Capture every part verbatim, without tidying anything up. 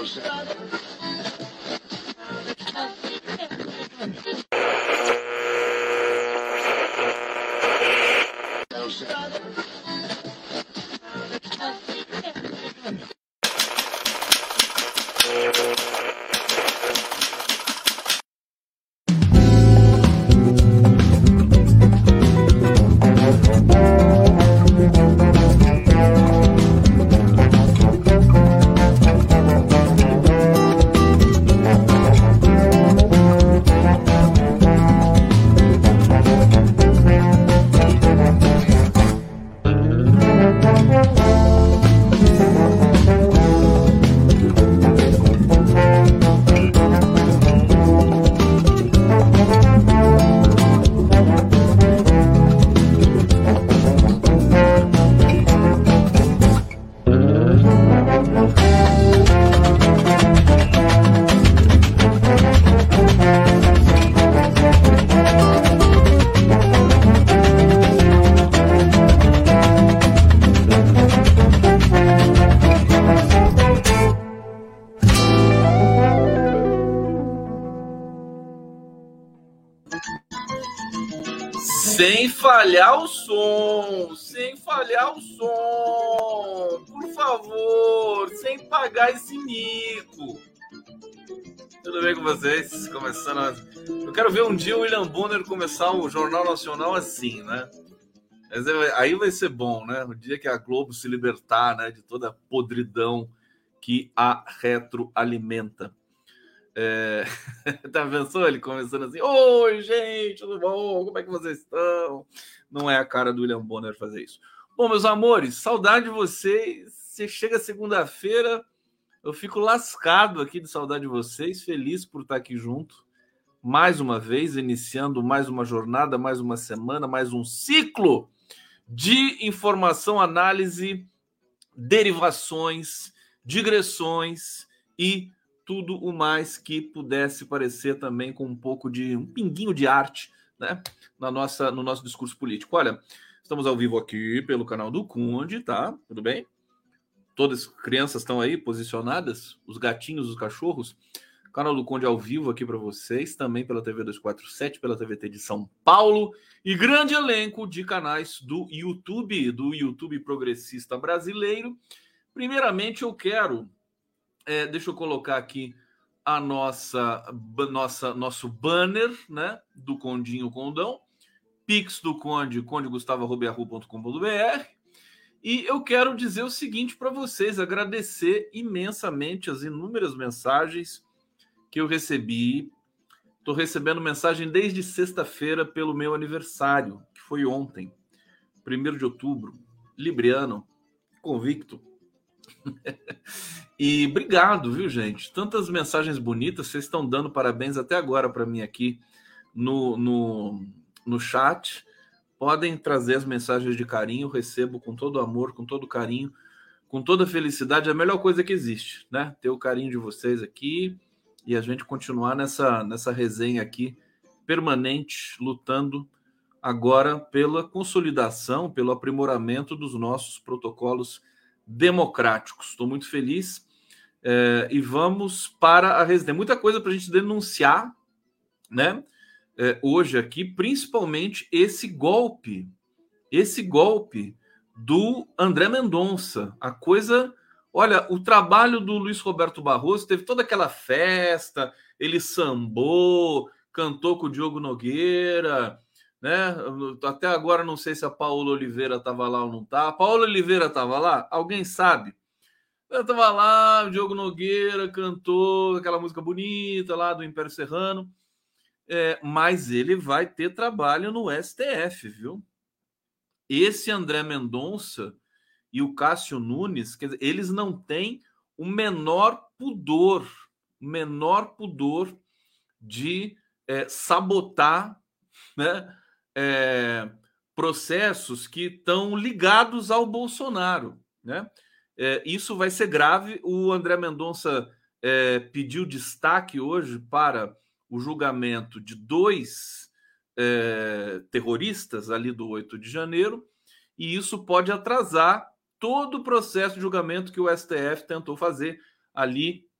Sem falhar o som, sem falhar o som, por favor, sem pagar esse mico. Tudo bem com vocês? Começando a... Eu quero ver um dia o William Bonner começar o Jornal Nacional assim, né? Mas aí vai ser bom, né? O dia que a Globo se libertar, né, de toda a podridão que a retroalimenta. É... tá pensando ele começando assim: oi, gente, tudo bom? Como é que vocês estão? Não é a cara do William Bonner fazer isso. Bom, meus amores, saudade de vocês. Você chega segunda-feira, eu fico lascado aqui de saudade de vocês, feliz por estar aqui junto mais uma vez, iniciando mais uma jornada, mais uma semana, mais um ciclo de informação, análise, derivações, digressões e tudo o mais que pudesse parecer também com um pouco de um pinguinho de arte, né, na nossa, no nosso discurso político. Olha, estamos ao vivo aqui pelo canal do Conde, tá? Tudo bem? Todas as crianças estão aí posicionadas, os gatinhos, os cachorros. Canal do Conde ao vivo aqui para vocês, também pela T V duzentos e quarenta e sete, pela T V T de São Paulo e grande elenco de canais do YouTube, do YouTube Progressista Brasileiro. Primeiramente, eu quero É, deixa eu colocar aqui a nossa, nossa nosso banner, né, do Condinho Condão, Pix do Conde, conde gustavo arroba yahoo ponto com ponto b r. E eu quero dizer o seguinte para vocês, agradecer imensamente as inúmeras mensagens que eu recebi. Estou recebendo mensagem desde sexta-feira pelo meu aniversário, que foi ontem, primeiro de outubro, libriano, convicto. E obrigado, viu, gente? Tantas mensagens bonitas, vocês estão dando parabéns até agora para mim aqui no, no, no chat. Podem trazer as mensagens de carinho, eu recebo com todo amor, com todo carinho, com toda felicidade. É a melhor coisa que existe, né? Ter o carinho de vocês aqui e a gente continuar nessa, nessa resenha aqui permanente, lutando agora pela consolidação, pelo aprimoramento dos nossos protocolos democráticos. Estou muito feliz. É, e vamos para a resenha. Muita coisa para a gente denunciar, né? É, hoje aqui, principalmente esse golpe, esse golpe do André Mendonça. A coisa, olha, o trabalho do Luiz Roberto Barroso teve toda aquela festa, ele sambou, cantou com o Diogo Nogueira, né? Até agora não sei se a Paola Oliveira estava lá ou não estava. A Paola Oliveira estava lá? Alguém sabe? Eu estava lá, o Diogo Nogueira cantou aquela música bonita lá do Império Serrano, é, mas ele vai ter trabalho no S T F, viu? Esse André Mendonça e o Cássio Nunes, quer dizer, eles não têm o menor pudor, menor pudor de é, sabotar, né, é, processos que estão ligados ao Bolsonaro, né? É, isso vai ser grave. O André Mendonça é, pediu destaque hoje para o julgamento de dois é, terroristas ali do oito de janeiro, e isso pode atrasar todo o processo de julgamento que o S T F tentou fazer ali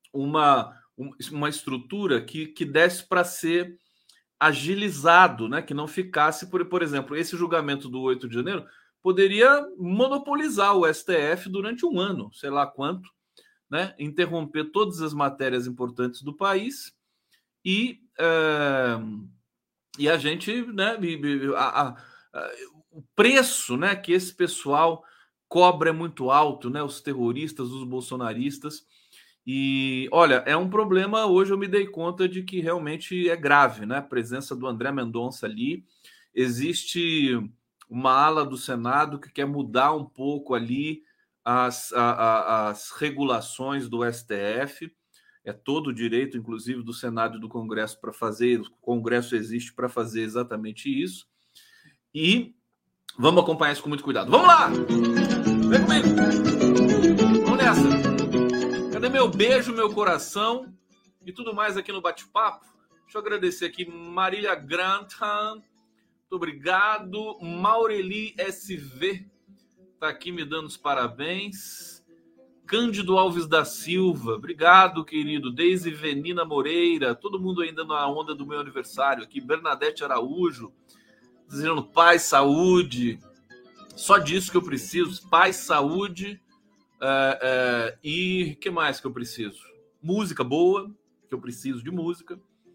uma, uma estrutura que, que desse para ser agilizado, né? Que não ficasse, por, por exemplo, esse julgamento do oito de janeiro poderia monopolizar o S T F durante um ano, sei lá quanto, né? Interromper todas as matérias importantes do país e, é, e a gente, né? A, a, a, o preço, né? Que esse pessoal cobra é muito alto, né? Os terroristas, os bolsonaristas. E olha, é um problema. Hoje eu me dei conta de que realmente é grave, né? A presença do André Mendonça ali. Existe uma ala do Senado que quer mudar um pouco ali as, a, a, as regulações do S T F. É todo o direito, inclusive, do Senado e do Congresso para fazer. O Congresso existe para fazer exatamente isso. E vamos acompanhar isso com muito cuidado. Vamos lá! Vem comigo! Vamos nessa! Cadê meu beijo, meu coração e tudo mais aqui no bate-papo? Deixa eu agradecer aqui Marília Grantham, muito obrigado. Maureli S V está aqui me dando os parabéns. Cândido Alves da Silva, obrigado, querido. Deise Venina Moreira, todo mundo ainda na onda do meu aniversário aqui. Bernadette Araújo, dizendo paz, saúde. Só disso que eu preciso, paz, saúde. É, é, e que mais que eu preciso? Música boa, que eu preciso de música.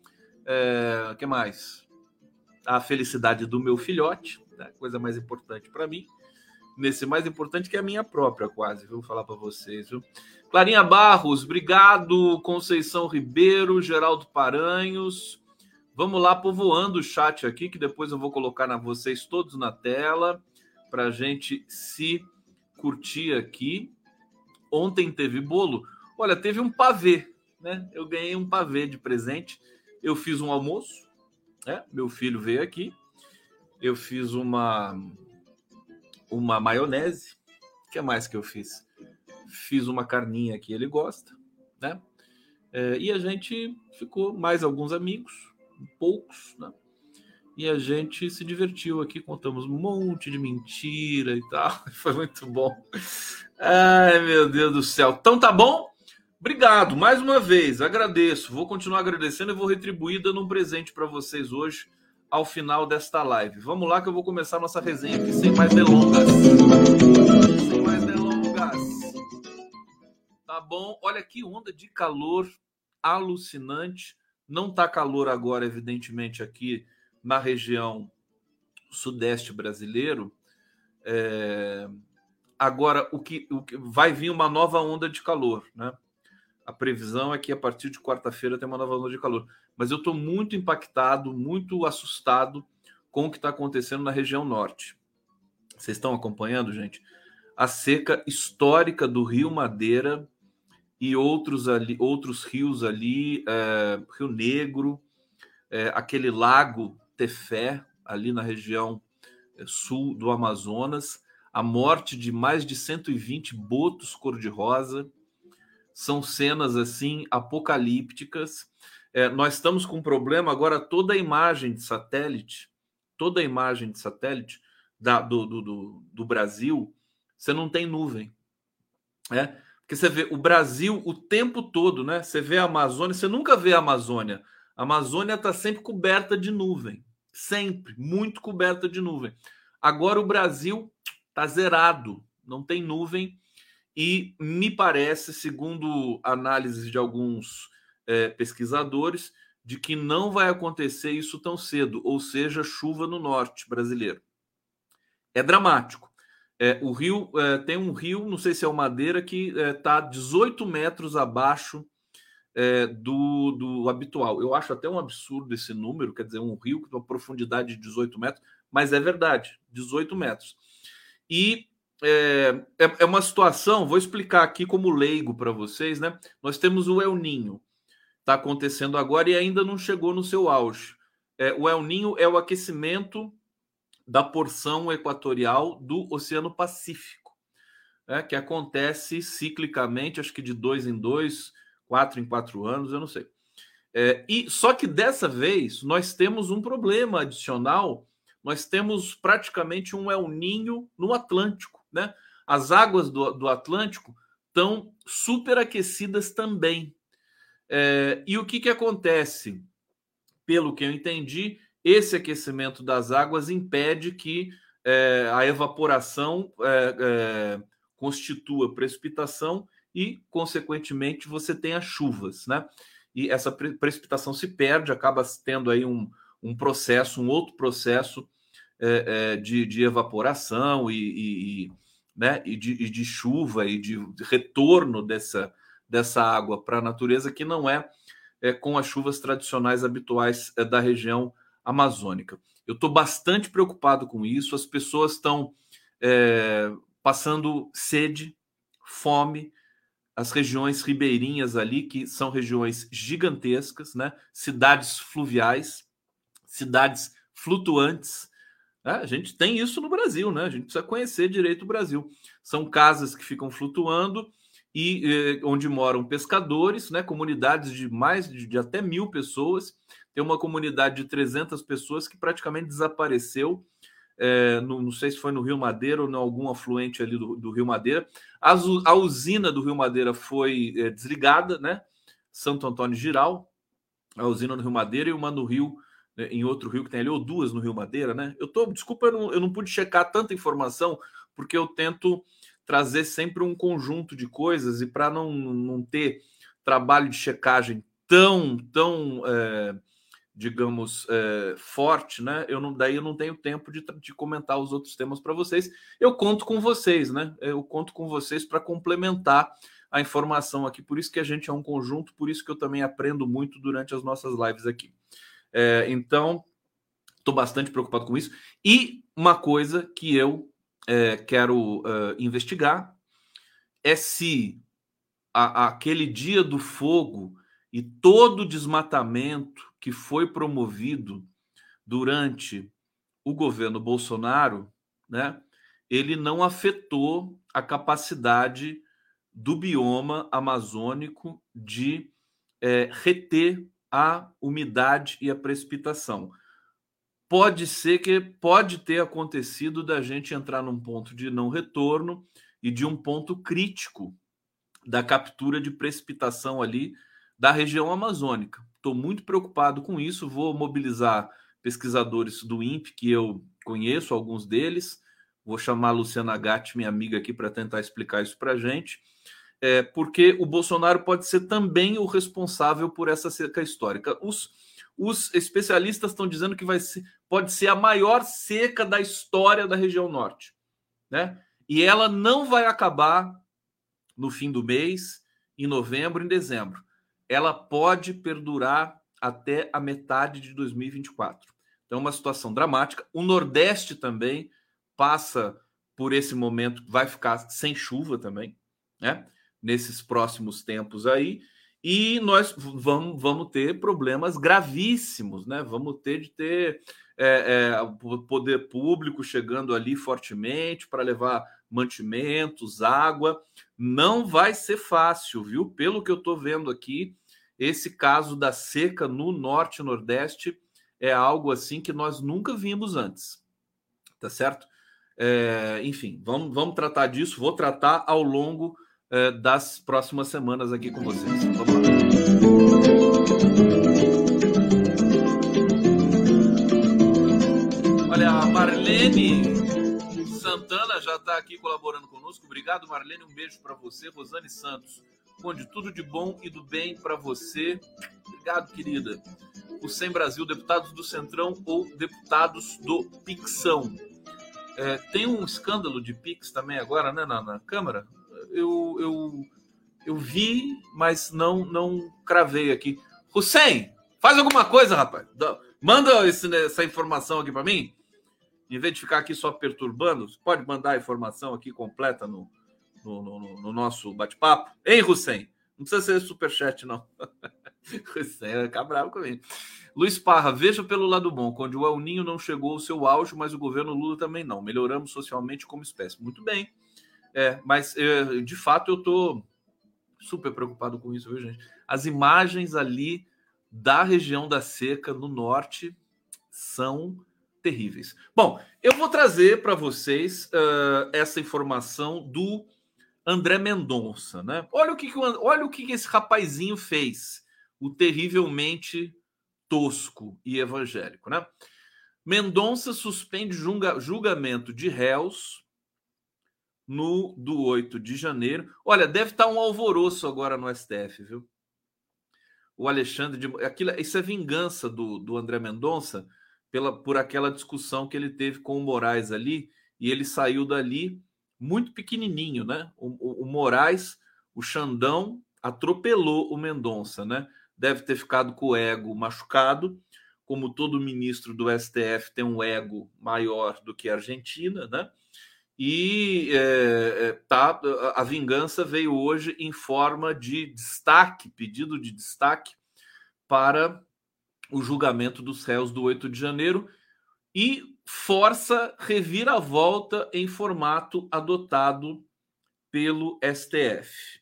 É, que mais? A felicidade do meu filhote, né? Coisa mais importante para mim. Nesse mais importante que é a minha própria, quase. Vou falar para vocês, viu? Clarinha Barros, obrigado. Conceição Ribeiro, Geraldo Paranhos. Vamos lá, povoando o chat aqui, que depois eu vou colocar na vocês todos na tela para a gente se curtir aqui. Ontem teve bolo. Olha, teve um pavê, né? Eu ganhei um pavê de presente. Eu fiz um almoço, né? Meu filho veio aqui. Eu fiz uma uma maionese. O que mais que eu fiz? Fiz uma carninha que ele gosta, né? É, e a gente ficou, mais alguns amigos, poucos, né? E a gente se divertiu aqui, contamos um monte de mentira e tal. Foi muito bom. Ai, meu Deus do céu. Então tá bom? Obrigado, mais uma vez, agradeço. Vou continuar agradecendo e vou retribuir dando um presente para vocês hoje, ao final desta live. Vamos lá que eu vou começar a nossa resenha aqui, sem mais delongas. Sem mais delongas. Tá bom? Olha que onda de calor alucinante. Não tá calor agora, evidentemente, aqui na região sudeste brasileiro. É... Agora, o que, o que vai vir uma nova onda de calor, né? A previsão é que a partir de quarta-feira tem uma nova onda de calor. Mas eu estou muito impactado, muito assustado com o que está acontecendo na região norte. Vocês estão acompanhando, gente? A seca histórica do Rio Madeira e outros, ali, outros rios ali, é, Rio Negro, é, aquele lago Tefé, ali na região sul do Amazonas, a morte de mais de cento e vinte botos cor-de-rosa. São cenas assim apocalípticas. É, nós estamos com um problema agora. Toda a imagem de satélite, toda a imagem de satélite da, do, do, do, do Brasil, você não tem nuvem. É? Porque você vê o Brasil o tempo todo, né? Você vê a Amazônia, você nunca vê a Amazônia. A Amazônia está sempre coberta de nuvem. Sempre, muito coberta de nuvem. Agora o Brasil está zerado, não tem nuvem. E me parece, segundo análises de alguns é, pesquisadores, de que não vai acontecer isso tão cedo, ou seja, chuva no norte brasileiro. É dramático. É, o rio é, tem um rio, não sei se é o Madeira, que está é, dezoito metros abaixo é, do, do habitual. Eu acho até um absurdo esse número, quer dizer, um rio com uma profundidade de dezoito metros, mas é verdade, dezoito metros. E É, é uma situação, vou explicar aqui como leigo para vocês, né? Nós temos o El Niño, está acontecendo agora e ainda não chegou no seu auge. É, o El Niño é o aquecimento da porção equatorial do Oceano Pacífico, né? Que acontece ciclicamente, acho que de dois em dois, quatro em quatro anos, eu não sei. É, e só que dessa vez nós temos um problema adicional. Nós temos praticamente um El Niño no Atlântico, né? As águas do, do Atlântico estão superaquecidas também. É, e o que, que acontece? Pelo que eu entendi, esse aquecimento das águas impede que é, a evaporação é, é, constitua precipitação e, consequentemente, você tenha chuvas, né? E essa pre precipitação se perde, acaba tendo aí um, um processo, um outro processo é, é, de, de evaporação e, e, e, né, e, de, e de chuva e de retorno dessa, dessa água para a natureza, que não é, é com as chuvas tradicionais habituais é, da região amazônica. Eu estou bastante preocupado com isso, as pessoas estão é, passando sede, fome, as regiões ribeirinhas ali, que são regiões gigantescas, né? Cidades fluviais, cidades flutuantes. Né? A gente tem isso no Brasil, né? A gente precisa conhecer direito o Brasil. São casas que ficam flutuando e eh, onde moram pescadores, né? Comunidades de mais de, de até mil pessoas. Tem uma comunidade de trezentas pessoas que praticamente desapareceu. É, no, não sei se foi no Rio Madeira ou em algum afluente ali do, do Rio Madeira. A, a usina do Rio Madeira foi é, desligada, né? Santo Antônio Giral, a usina no Rio Madeira, e uma no Rio, né, em outro rio que tem ali, ou duas no Rio Madeira, né? Eu tô, desculpa, eu não, eu não pude checar tanta informação, porque eu tento trazer sempre um conjunto de coisas, e para não, não ter trabalho de checagem tão, tão é, digamos, é, forte, né? Eu não, daí eu não tenho tempo de, de comentar os outros temas para vocês. Eu conto com vocês, né? Eu conto com vocês para complementar a informação aqui. Por isso que a gente é um conjunto, por isso que eu também aprendo muito durante as nossas lives aqui. É, então, estou bastante preocupado com isso. E uma coisa que eu é, quero uh, investigar é se a, aquele dia do fogo e todo o desmatamento que foi promovido durante o governo Bolsonaro, né, ele não afetou a capacidade do bioma amazônico de é, reter a umidade e a precipitação. Pode ser que pode ter acontecido da gente entrar num ponto de não retorno e de um ponto crítico da captura de precipitação ali da região amazônica. Estou muito preocupado com isso, vou mobilizar pesquisadores do INPE, que eu conheço, alguns deles, vou chamar a Luciana Gatti, minha amiga aqui, para tentar explicar isso para a gente, é, porque o Bolsonaro pode ser também o responsável por essa seca histórica. Os, os especialistas estão dizendo que vai ser, pode ser a maior seca da história da região norte, né? E ela não vai acabar no fim do mês, em novembro, em dezembro. Ela pode perdurar até a metade de dois mil e vinte e quatro. Então, é uma situação dramática. O Nordeste também passa por esse momento, vai ficar sem chuva também, né? Nesses próximos tempos aí. E nós vamos, vamos ter problemas gravíssimos, né? Vamos ter de ter é, é, o poder público chegando ali fortemente para levar mantimentos, água. Não vai ser fácil, viu? Pelo que eu estou vendo aqui, esse caso da seca no Norte e Nordeste é algo assim que nós nunca vimos antes, tá certo? É, enfim, vamos, vamos tratar disso. Vou tratar ao longo é, das próximas semanas aqui com vocês. Vamos lá. Olha, a Marlene Santana já está aqui colaborando conosco. Obrigado, Marlene. Um beijo para você. Rosane Santos, Conde, tudo de bom e do bem para você. Obrigado, querida. O Sem Brasil, deputados do Centrão ou deputados do Pixão. É, tem um escândalo de Pix também agora, né, na, na Câmara. Eu, eu, eu vi, mas não, não cravei aqui. Hussein, faz alguma coisa, rapaz. Manda esse, essa informação aqui para mim. Em vez de ficar aqui só perturbando, você pode mandar a informação aqui completa no, no, no, no nosso bate-papo? Hein, Hussein? Não precisa ser superchat, não. Hussein vai ficar bravo comigo. Luiz Parra, veja pelo lado bom, quando o El Ninho não chegou ao seu auge, mas o governo Lula também não. Melhoramos socialmente como espécie. Muito bem. É, mas, é, de fato, eu estou super preocupado com isso, viu, gente? As imagens ali da região da seca no norte são terríveis. Bom, eu vou trazer para vocês uh, essa informação do André Mendonça, né? Olha o que, que, olha o que, que esse rapazinho fez o terrivelmente tosco e evangélico, né? Mendonça suspende julga, julgamento de réus no do oito de janeiro. Olha, deve estar um alvoroço agora no S T F, viu? O Alexandre de... Aquilo, isso é vingança do, do André Mendonça pela, por aquela discussão que ele teve com o Moraes ali, e ele saiu dali muito pequenininho, né? O, o, o Moraes, o Xandão, atropelou o Mendonça, né? Deve ter ficado com o ego machucado, como todo ministro do S T F tem um ego maior do que a Argentina, né? E é, tá, a vingança veio hoje em forma de destaque, pedido de destaque para o julgamento dos réus do oito de janeiro e força reviravolta em formato adotado pelo S T F.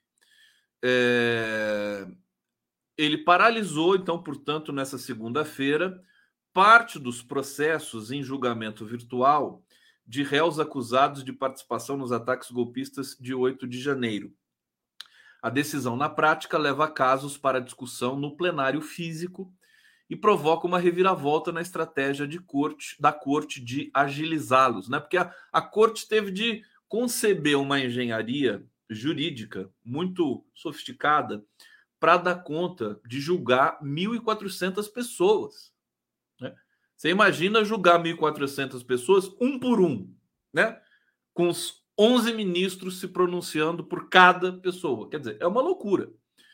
É, ele paralisou, então, portanto, nessa segunda-feira, parte dos processos em julgamento virtual de réus acusados de participação nos ataques golpistas de oito de janeiro. A decisão, na prática, leva casos para discussão no plenário físico e provoca uma reviravolta na estratégia de corte, da corte de agilizá-los, né? Porque a, a corte teve de conceber uma engenharia jurídica muito sofisticada para dar conta de julgar mil e quatrocentas pessoas, né? Você imagina julgar mil e quatrocentas pessoas, um por um, né? Com os onze ministros se pronunciando por cada pessoa. Quer dizer, é uma loucura.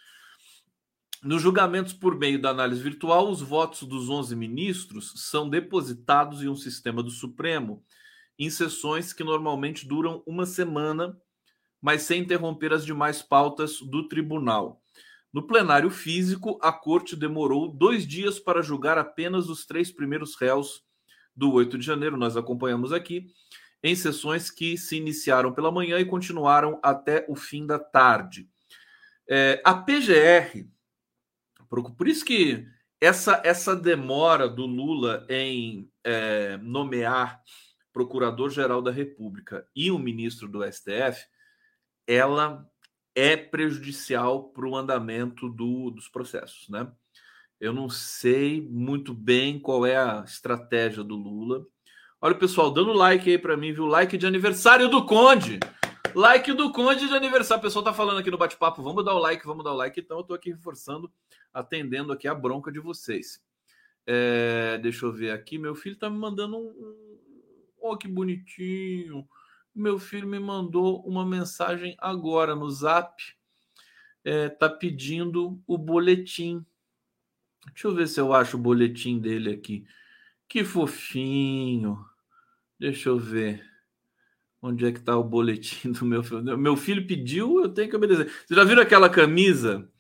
Nos julgamentos por meio da análise virtual, os votos dos onze ministros são depositados em um sistema do Supremo, em sessões que normalmente duram uma semana, mas sem interromper as demais pautas do tribunal. No plenário físico, a corte demorou dois dias para julgar apenas os três primeiros réus do oito de janeiro, nós acompanhamos aqui, em sessões que se iniciaram pela manhã e continuaram até o fim da tarde. É, a P G R, por, por isso que essa, essa demora do Lula em é, nomear procurador-geral da República e o ministro do S T F, ela é prejudicial para o andamento do, dos processos, né? Eu não sei muito bem qual é a estratégia do Lula. Olha o pessoal dando like aí para mim, viu? Like de aniversário do Conde. Like do Conde de aniversário. O pessoal tá falando aqui no bate-papo, vamos dar o like, vamos dar o like. Então eu tô aqui reforçando, atendendo aqui a bronca de vocês. É, deixa eu ver aqui, meu filho tá me mandando um... Oh, que bonitinho. Meu filho me mandou uma mensagem agora no Zap. É, tá pedindo o boletim. Deixa eu ver se eu acho o boletim dele aqui. Que fofinho. Deixa eu ver. Onde é que tá o boletim do meu filho? Meu filho pediu, eu tenho que obedecer. Vocês já viram aquela camisa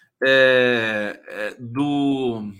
é, é, do,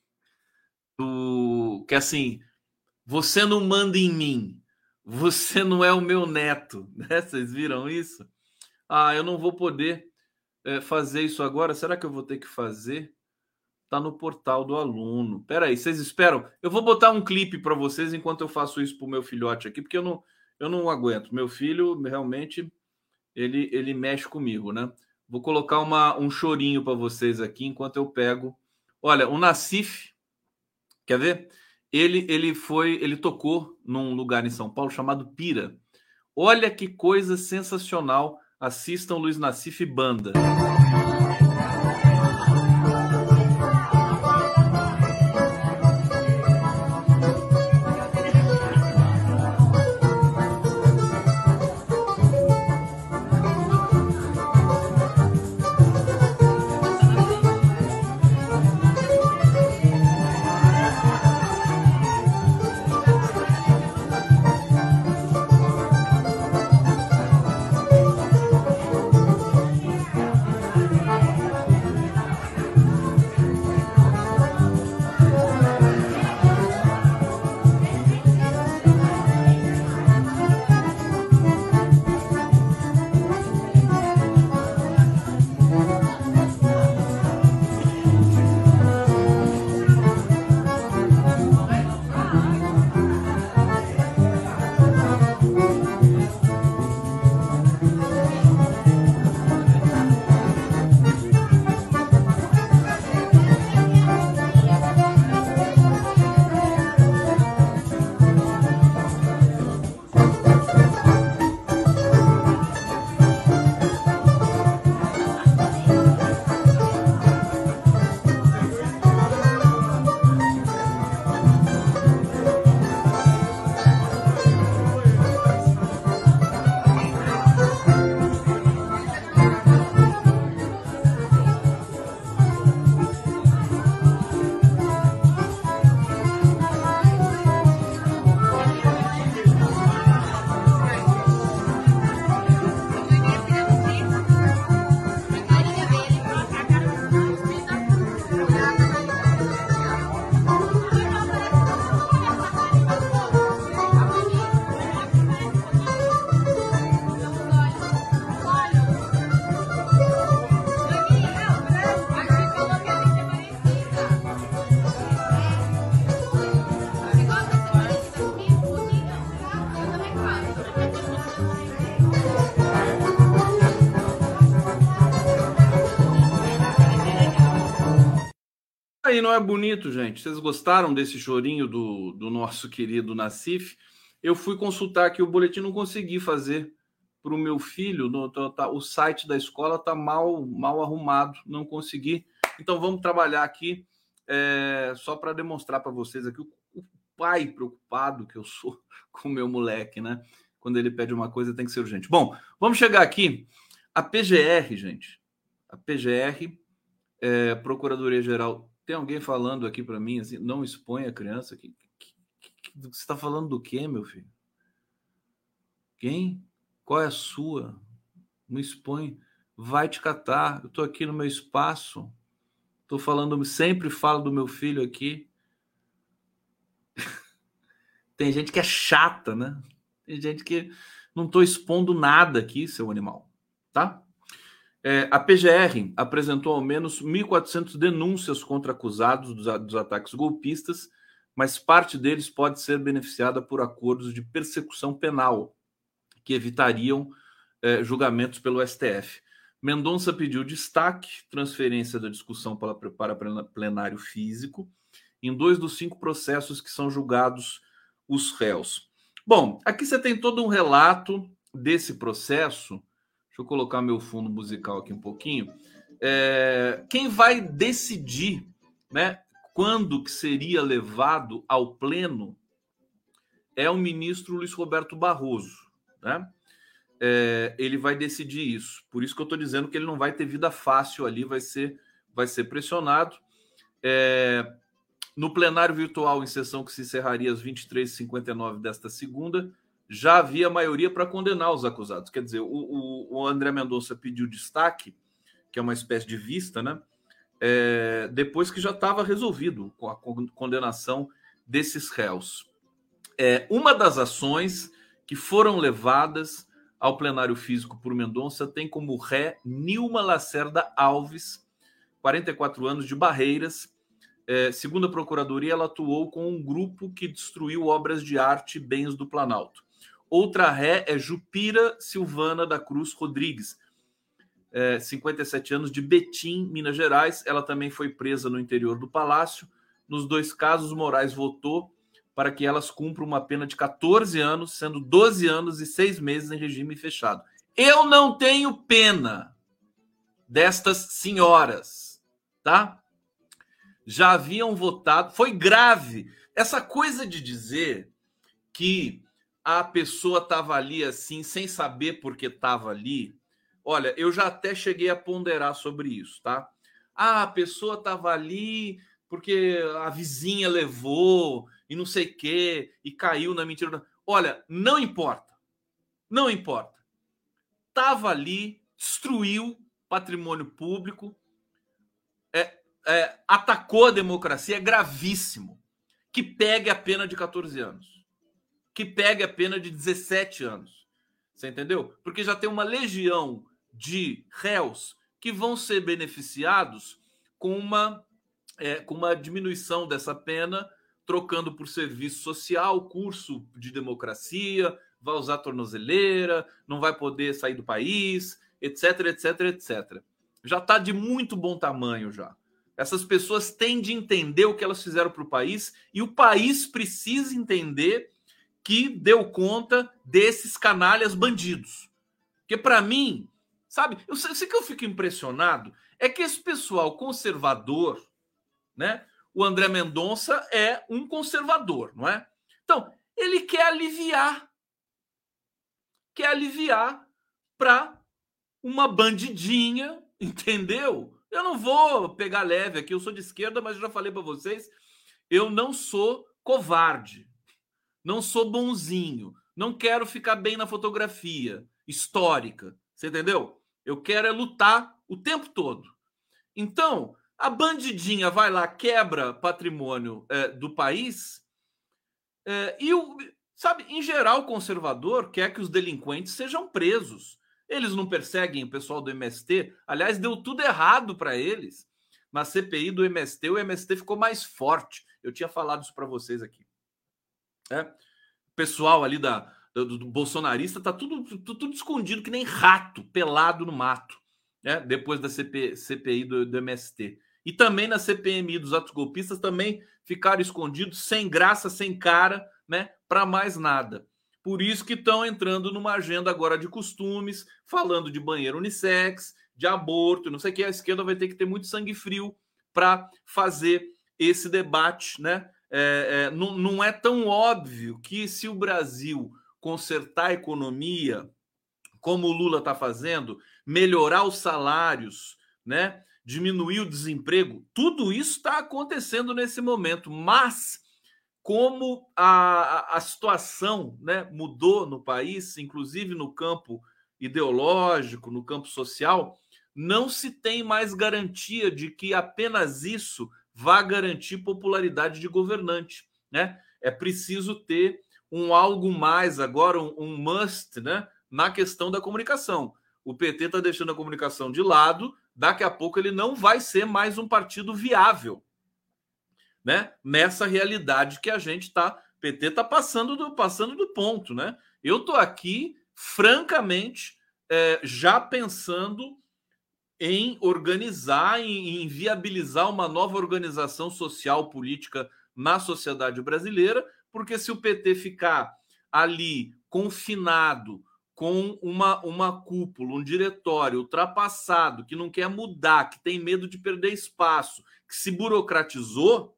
do... Que assim, você não manda em mim. Você não é o meu neto, né? Vocês viram isso? Ah, eu não vou poder é, fazer isso agora. Será que eu vou ter que fazer? Tá no portal do aluno. Peraí, vocês esperam? Eu vou botar um clipe para vocês enquanto eu faço isso pro meu filhote aqui, porque eu não, eu não aguento. Meu filho, realmente, ele, ele mexe comigo, né? Vou colocar uma, um chorinho para vocês aqui enquanto eu pego. Olha, o Nassif, quer ver? Ele, ele foi, ele tocou num lugar em São Paulo chamado Pira. Olha que coisa sensacional. Assistam Luiz Nassif Banda. Aí não é bonito, gente? Vocês gostaram desse chorinho do, do nosso querido Nassif? Eu fui consultar aqui o boletim, não consegui fazer para o meu filho. No, tá, tá, o site da escola está mal, mal arrumado, não consegui. Então vamos trabalhar aqui é, só para demonstrar para vocês aqui o, o pai preocupado que eu sou com o meu moleque, né? Quando ele pede uma coisa tem que ser urgente. Bom, vamos chegar aqui. A P G R, gente. A P G R, é, Procuradoria-Geral. Tem alguém falando aqui para mim assim, não expõe a criança? Que, que, que, você está falando do quê, meu filho? Quem? Qual é a sua? Não expõe. Vai te catar. Eu estou aqui no meu espaço. Estou falando, sempre falo do meu filho aqui. Tem gente que é chata, né? Tem gente que não estou expondo nada aqui, seu animal. Tá? É, a P G R apresentou ao menos mil e quatrocentas denúncias contra acusados dos, dos ataques golpistas, mas parte deles pode ser beneficiada por acordos de persecução penal, que evitariam é, julgamentos pelo S T F. Mendonça pediu destaque, transferência da discussão para, para plenário físico, em dois dos cinco processos que são julgados os réus. Bom, aqui você tem todo um relato desse processo. Deixa eu colocar meu fundo musical aqui um pouquinho. É, quem vai decidir, né, quando que seria levado ao pleno é o ministro Luiz Roberto Barroso, né? É, ele vai decidir isso. Por isso que eu estou dizendo que ele não vai ter vida fácil ali, vai ser, vai ser pressionado. É, no plenário virtual, em sessão que se encerraria às vinte e três e cinquenta e nove desta segunda, já havia maioria para condenar os acusados. Quer dizer, o, o, o André Mendonça pediu destaque, que é uma espécie de vista, né? É, depois que já estava resolvido com a condenação desses réus. É, uma das ações que foram levadas ao plenário físico por Mendonça tem como ré Nilma Lacerda Alves, quarenta e quatro anos, de Barreiras. É, segundo a Procuradoria, ela atuou com um grupo que destruiu obras de arte e bens do Planalto. Outra ré é Jupira Silvana da Cruz Rodrigues, é, cinquenta e sete anos, de Betim, Minas Gerais. Ela também foi presa no interior do Palácio. Nos dois casos, Moraes votou para que elas cumpram uma pena de catorze anos, sendo doze anos e seis meses em regime fechado. Eu não tenho pena destas senhoras, tá? Já haviam votado, foi grave. Essa coisa de dizer que a pessoa estava ali assim, sem saber por que estava ali, olha, eu já até cheguei a ponderar sobre isso, tá? Ah, a pessoa estava ali porque a vizinha levou e não sei o quê, e caiu na mentira. Olha, não importa. Não importa. Estava ali, destruiu patrimônio público, é, é, atacou a democracia, é gravíssimo. Que pegue a pena de catorze anos. Que pegue a pena de dezessete anos. Você entendeu? Porque já tem uma legião de réus que vão ser beneficiados com uma, é, com uma diminuição dessa pena, trocando por serviço social, curso de democracia, vai usar tornozeleira, não vai poder sair do país, etc, etc, etcétera. Já está de muito bom tamanho já. Essas pessoas têm de entender o que elas fizeram para o país e o país precisa entender que deu conta desses canalhas bandidos. Porque para mim, sabe, eu sei, eu sei que eu fico impressionado, é que esse pessoal conservador, né? O André Mendonça é um conservador, não é? Então, ele quer aliviar, quer aliviar para uma bandidinha, entendeu? Eu não vou pegar leve aqui, eu sou de esquerda, mas eu já falei para vocês, eu não sou covarde, não sou bonzinho, não quero ficar bem na fotografia histórica, você entendeu? Eu quero é lutar o tempo todo. Então, a bandidinha vai lá, quebra patrimônio é, do país é, e, o, sabe, em geral, o conservador quer que os delinquentes sejam presos. Eles não perseguem o pessoal do M S T. Aliás, deu tudo errado para eles. Na C P I do M S T, o M S T ficou mais forte. Eu tinha falado isso para vocês aqui. É? O pessoal ali da, do, do bolsonarista tá tudo, tudo, tudo escondido, que nem rato, pelado no mato, né? Depois da C P I do, do M S T. E também na C P M I dos atos golpistas também ficaram escondidos, sem graça, sem cara, né, para mais nada. Por isso que estão entrando numa agenda agora de costumes, falando de banheiro unissex, de aborto, não sei o que. A esquerda vai ter que ter muito sangue frio para fazer esse debate, né? É, é, não, não é tão óbvio que se o Brasil consertar a economia, como o Lula está fazendo, melhorar os salários, né? Diminuir o desemprego, tudo isso está acontecendo nesse momento, mas como a, a situação, né, mudou no país, inclusive no campo ideológico, no campo social, não se tem mais garantia de que apenas isso vá garantir popularidade de governante, né? É preciso ter um algo mais agora, um, um must, né, na questão da comunicação. O P T está deixando a comunicação de lado, daqui a pouco ele não vai ser mais um partido viável, né? Nessa realidade que a gente está, o P T está passando do, passando do ponto, né? Eu estou aqui, francamente, é, já pensando em organizar, em, em viabilizar uma nova organização social, política na sociedade brasileira, porque se o P T ficar ali confinado com uma, uma cúpula, um diretório ultrapassado, que não quer mudar, que tem medo de perder espaço, que se burocratizou,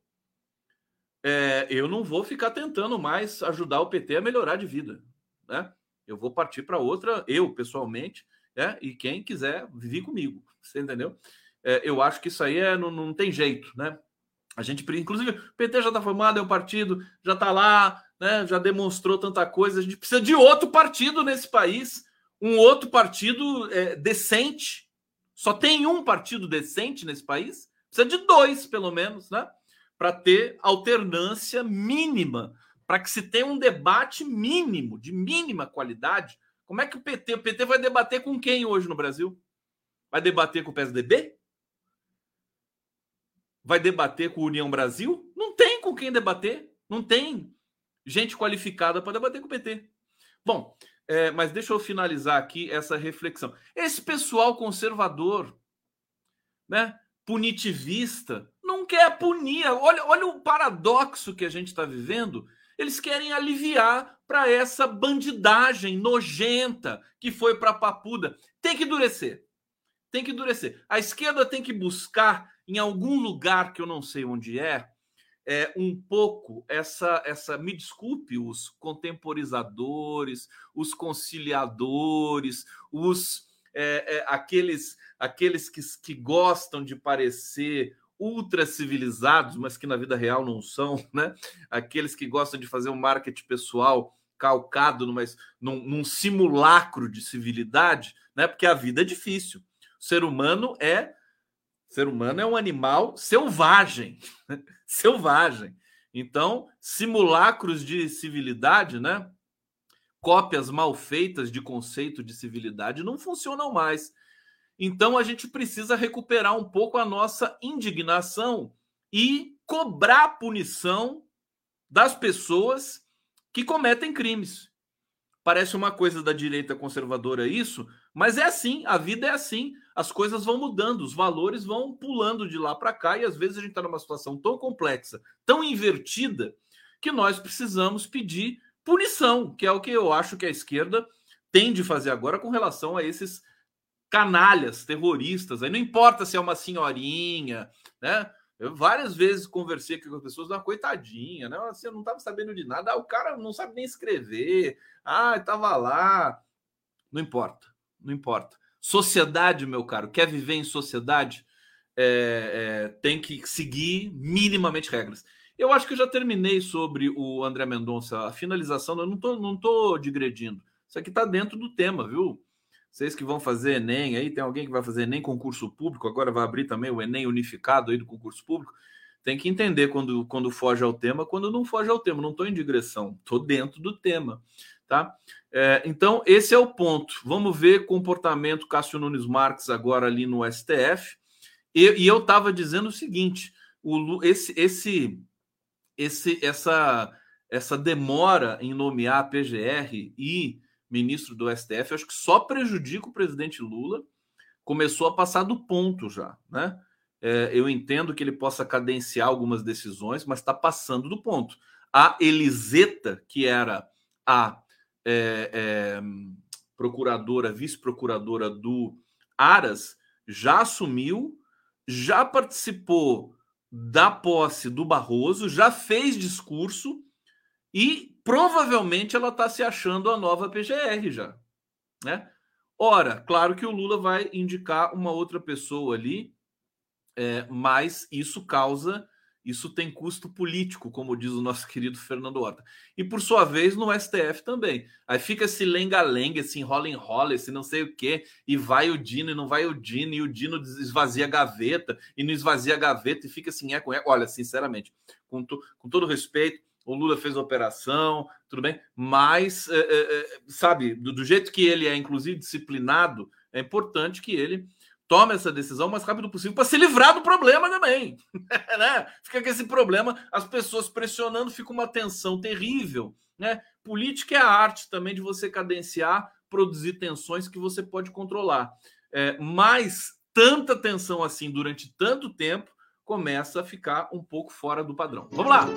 é, eu não vou ficar tentando mais ajudar o P T a melhorar de vida, né? Eu vou partir para outra, eu pessoalmente, é, e quem quiser vir comigo, você entendeu? É, eu acho que isso aí é, não, não tem jeito, né? A gente, inclusive, o P T já está formado, é um partido, já está lá, né? Já demonstrou tanta coisa. A gente precisa de outro partido nesse país, um outro partido é, decente. Só tem um partido decente nesse país, precisa de dois, pelo menos, né? Para ter alternância mínima, para que se tenha um debate mínimo, de mínima qualidade. Como é que o P T, o P T vai debater com quem hoje no Brasil? Vai debater com o P S D B? Vai debater com a União Brasil? Não tem com quem debater. Não tem gente qualificada para debater com o P T. Bom, é, mas deixa eu finalizar aqui essa reflexão. Esse pessoal conservador, né, punitivista, não quer punir. Olha, olha o paradoxo que a gente está vivendo. Eles querem aliviar para essa bandidagem nojenta que foi para a Papuda. Tem que endurecer. Tem que endurecer. A esquerda tem que buscar, em algum lugar que eu não sei onde é, é um pouco essa, essa, me desculpe, os contemporizadores, os conciliadores, os é, é, aqueles, aqueles que, que gostam de parecer ultra civilizados, mas que na vida real não são, né? Aqueles que gostam de fazer um marketing pessoal calcado numa, num, num simulacro de civilidade, né? Porque a vida é difícil. O ser humano é ser humano é um animal selvagem, selvagem. Então, simulacros de civilidade, né? Cópias mal feitas de conceito de civilidade não funcionam mais. Então, a gente precisa recuperar um pouco a nossa indignação e cobrar punição das pessoas que cometem crimes. Parece uma coisa da direita conservadora isso, mas é assim, a vida é assim. As coisas vão mudando, os valores vão pulando de lá para cá e às vezes a gente está numa situação tão complexa, tão invertida, que nós precisamos pedir punição, que é o que eu acho que a esquerda tem de fazer agora com relação a esses canalhas terroristas. Aí não importa se é uma senhorinha, né? Eu várias vezes conversei com as pessoas, uma coitadinha, né? Assim, eu não estava sabendo de nada. Ah, o cara não sabe nem escrever. Ah, estava lá. Não importa, não importa. Sociedade, meu caro, quer viver em sociedade, é, é, tem que seguir minimamente regras. Eu acho que eu já terminei sobre o André Mendonça, a finalização. Eu não tô, não tô digredindo. Isso aqui está dentro do tema, viu? Vocês que vão fazer Enem aí, tem alguém que vai fazer Enem concurso público, agora vai abrir também o Enem unificado aí do concurso público. Tem que entender quando, quando foge ao tema, quando não foge ao tema. Não estou em digressão, estou dentro do tema, tá? É, então, esse é o ponto. Vamos ver comportamento Cássio Nunes Marques agora ali no S T F. E, e eu estava dizendo o seguinte: o, esse, esse, esse, essa, essa demora em nomear a P G R e ministro do S T F, acho que só prejudica o presidente Lula. Começou a passar do ponto já, né? É, eu entendo que ele possa cadenciar algumas decisões, mas está passando do ponto. A Eliseta, que era a é, é, procuradora, vice-procuradora do Aras, já assumiu, já participou da posse do Barroso, já fez discurso e provavelmente ela está se achando a nova P G R já, né? Ora, claro que o Lula vai indicar uma outra pessoa ali, é, mas isso causa, isso tem custo político, como diz o nosso querido Fernando Horta. E por sua vez no S T F também. Aí fica esse lenga-lenga, esse enrola-enrola, esse não sei o quê, e vai o Dino e não vai o Dino, e o Dino esvazia a gaveta, e não esvazia a gaveta, e fica assim, é com é. Olha, sinceramente, com, to, com todo respeito, o Lula fez a operação, tudo bem, mas, é, é, sabe, do, do jeito que ele é, inclusive, disciplinado, é importante que ele tome essa decisão o mais rápido possível para se livrar do problema também. Né? Fica com esse problema, as pessoas pressionando, fica uma tensão terrível. Né? Política é a arte também de você cadenciar, produzir tensões que você pode controlar. É, mas tanta tensão assim durante tanto tempo começa a ficar um pouco fora do padrão. Vamos lá!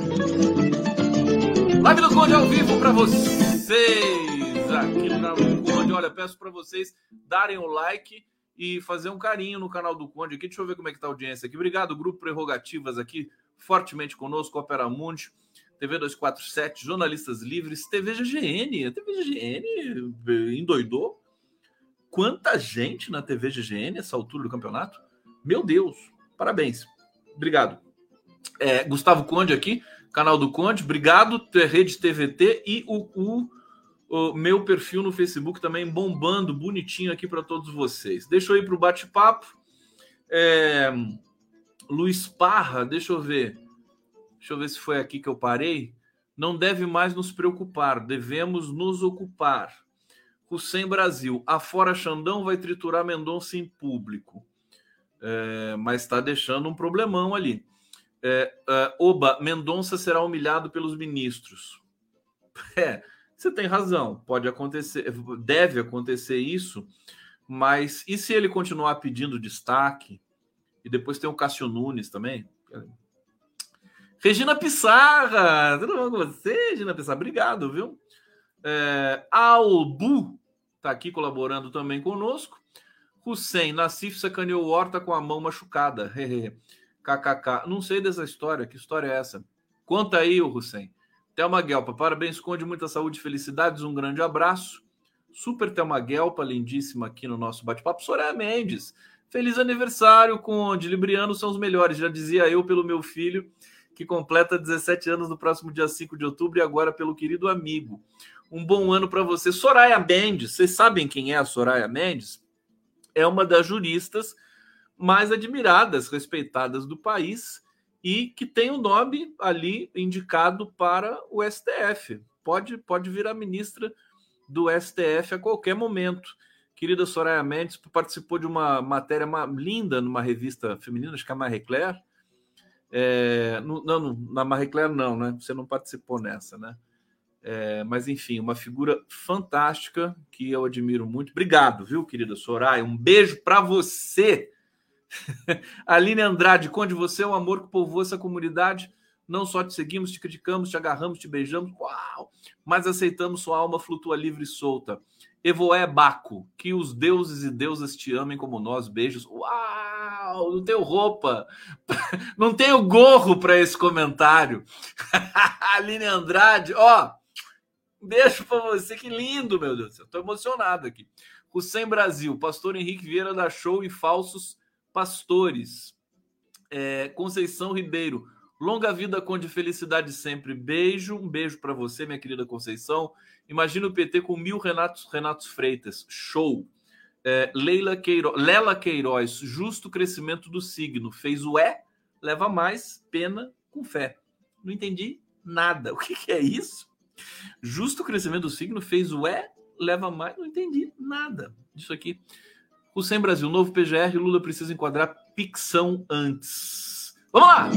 Live do Conde ao vivo para vocês aqui no canal do Conde. Olha, peço para vocês darem o like e fazer um carinho no canal do Conde aqui. Deixa eu ver como é que tá a audiência aqui. Obrigado, Grupo Prerrogativas aqui, fortemente conosco, Opera Mundi, T V duzentos e quarenta e sete, Jornalistas Livres, T V G G N. A T V G G N endoidou. Quanta gente na T V G G N essa altura do campeonato. Meu Deus, parabéns. Obrigado. É, Gustavo Conde aqui, canal do Conde. Obrigado, Rede T V T e o, o, o meu perfil no Facebook também bombando, bonitinho aqui para todos vocês. Deixa eu ir para o bate-papo. É, Luiz Parra, deixa eu ver. Deixa eu ver se foi aqui que eu parei. Não deve mais nos preocupar, devemos nos ocupar. Hussein Brasil, afora Xandão vai triturar Mendonça em público. É, mas está deixando um problemão ali. É, é, Oba, Mendonça será humilhado pelos ministros. É, você tem razão, pode acontecer, deve acontecer isso, mas e se ele continuar pedindo destaque? E depois tem o Cássio Nunes também. Regina Pissarra, tudo bom com você, Regina Pissarra? Obrigado, viu? É, Albu está aqui colaborando também conosco. Hussein, Nassif sacaneou Horta com a mão machucada. K K K. Não sei dessa história. Que história é essa? Conta aí, o Hussein. Thelma Guelpa, parabéns, Conde, muita saúde e felicidades. Um grande abraço. Super Thelma Guelpa, lindíssima aqui no nosso bate-papo. Soraya Mendes, feliz aniversário, Conde. Librianos são os melhores. Já dizia eu pelo meu filho, que completa dezessete anos no próximo dia cinco de outubro, e agora pelo querido amigo. Um bom ano para você. Soraya Mendes, vocês sabem quem é a Soraya Mendes? É uma das juristas mais admiradas, respeitadas do país e que tem o um nome ali indicado para o S T F. Pode, pode virar ministra do S T F a qualquer momento. Querida Soraya Mendes participou de uma matéria uma, linda numa revista feminina, acho que é a Marie Claire. É, no, não, na Marie Claire não, né? Você não participou nessa, né? É, mas enfim, uma figura fantástica que eu admiro muito. Obrigado, viu, querida Soraya? Um beijo para você. Aline Andrade, Conde, você é um amor que povoa essa comunidade. Não só te seguimos, te criticamos, te agarramos, te beijamos, uau, mas aceitamos sua alma flutua livre e solta. Evoé Baco, que os deuses e deusas te amem como nós. Beijos. Uau, não tenho roupa, não tenho gorro para esse comentário. Aline Andrade, ó, beijo para você, que lindo, meu Deus do céu, tô emocionado aqui. Hussein Brasil, pastor Henrique Vieira da Show e falsos pastores. É, Conceição Ribeiro, longa vida, Conde, felicidade sempre. Beijo, um beijo para você, minha querida Conceição. Imagina o P T com mil Renatos, Renatos Freitas. Show. É, Leila Queiro, Lela Queiroz, justo crescimento do signo. Fez o é, leva mais pena com fé. Não entendi nada. O que, que é isso? Justo crescimento do signo fez o é, leva mais. Não entendi nada disso aqui. Hussein Brasil, novo P G R, Lula precisa enquadrar ficção antes. Vamos lá!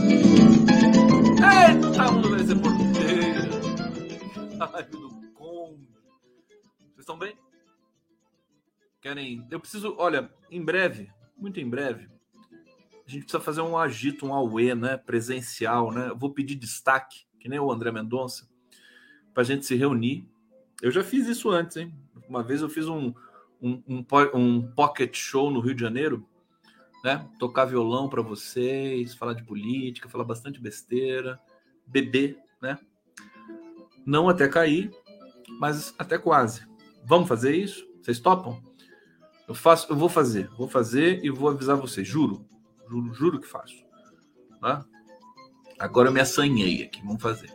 Eita, mundo vai ser porteira. Live do Conde. Vocês estão bem? Querem... Eu preciso... Olha, em breve, muito em breve, a gente precisa fazer um agito, um auê, né? Presencial, né? Eu vou pedir destaque, que nem o André Mendonça, para a gente se reunir. Eu já fiz isso antes, hein? Uma vez eu fiz um, um, um, um pocket show no Rio de Janeiro, né? Tocar violão para vocês, falar de política, falar bastante besteira, beber, né? Não até cair, mas até quase. Vamos fazer isso? Vocês topam? Eu faço, eu vou fazer, vou fazer e vou avisar vocês, juro, juro, juro que faço. Tá? Agora eu me assanhei aqui, vamos fazer.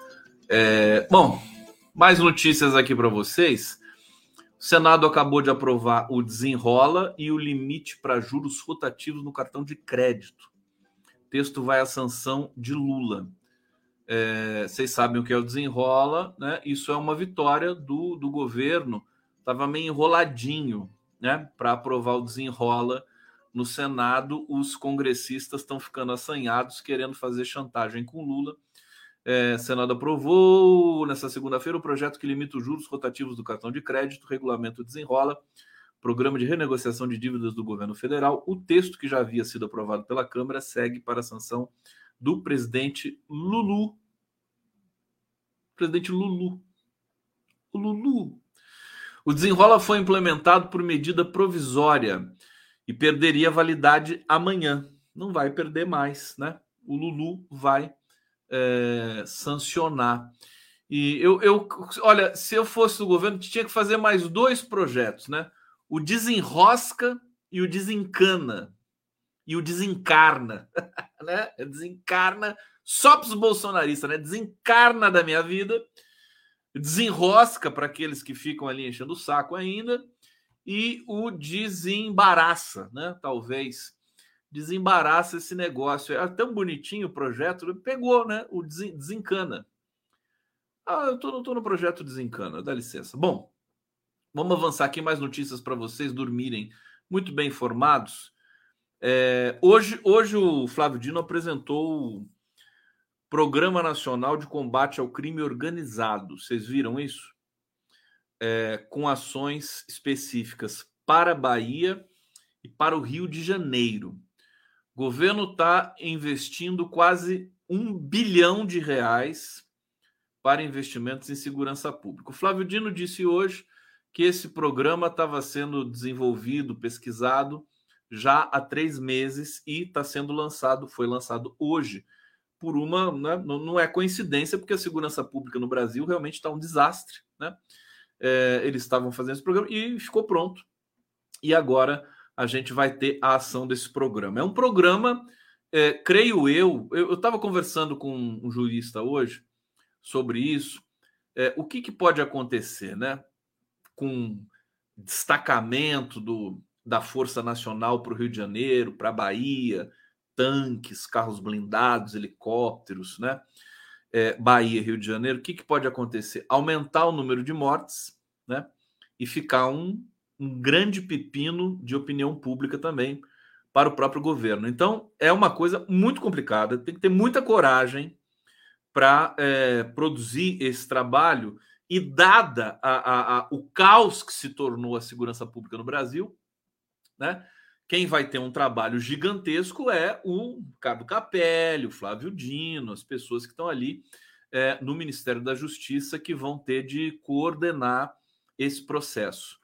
É, bom, mais notícias aqui para vocês. O Senado acabou de aprovar o desenrola e o limite para juros rotativos no cartão de crédito. O texto vai à sanção de Lula. É, vocês sabem o que é o desenrola, né? Isso é uma vitória do, do governo. Estava meio enroladinho, né? Para aprovar o desenrola no Senado. Os congressistas estão ficando assanhados, querendo fazer chantagem com Lula. É, Senado aprovou nessa segunda-feira o projeto que limita os juros rotativos do cartão de crédito, regulamento desenrola, programa de renegociação de dívidas do governo federal. O texto, que já havia sido aprovado pela Câmara, segue para a sanção do presidente Lulu. Presidente Lulu. O Lulu. O desenrola foi implementado por medida provisória e perderia validade amanhã. Não vai perder mais, né? O Lulu vai É, sancionar. E eu, eu, olha, se eu fosse do governo, tinha que fazer mais dois projetos, né? O desenrosca e o desencana. E o desencarna, né? Desencarna só para os bolsonaristas, né? Desencarna da minha vida, desenrosca para aqueles que ficam ali enchendo o saco ainda, e o desembaraça, né? Talvez desembaraça esse negócio. Era tão bonitinho o projeto, pegou, né? O desencana. Ah, eu tô, não tô no projeto desencana, dá licença. Bom, vamos avançar aqui, mais notícias para vocês dormirem muito bem informados. É, hoje, hoje o Flávio Dino apresentou o Programa Nacional de Combate ao Crime Organizado. Vocês viram isso? É, com ações específicas para a Bahia e para o Rio de Janeiro. O governo está investindo quase um bilhão de reais para investimentos em segurança pública. O Flávio Dino disse hoje que esse programa estava sendo desenvolvido, pesquisado já há três meses e está sendo lançado, foi lançado hoje, por uma, né, não é coincidência, porque a segurança pública no Brasil realmente está um desastre, né? É, eles estavam fazendo esse programa e ficou pronto. E agora a gente vai ter a ação desse programa. É um programa, é, creio eu, eu estava conversando com um jurista hoje sobre isso, é, o que, que pode acontecer, né, com destacamento do, da Força Nacional para o Rio de Janeiro, para a Bahia, tanques, carros blindados, helicópteros, né, é, Bahia, Rio de Janeiro, o que, que pode acontecer? Aumentar o número de mortes, né, e ficar um um grande pepino de opinião pública também para o próprio governo. Então, é uma coisa muito complicada, tem que ter muita coragem para é, produzir esse trabalho, e dada a, a, a, o caos que se tornou a segurança pública no Brasil, né, quem vai ter um trabalho gigantesco é o Ricardo Capelli, o Flávio Dino, as pessoas que estão ali é, no Ministério da Justiça, que vão ter de coordenar esse processo.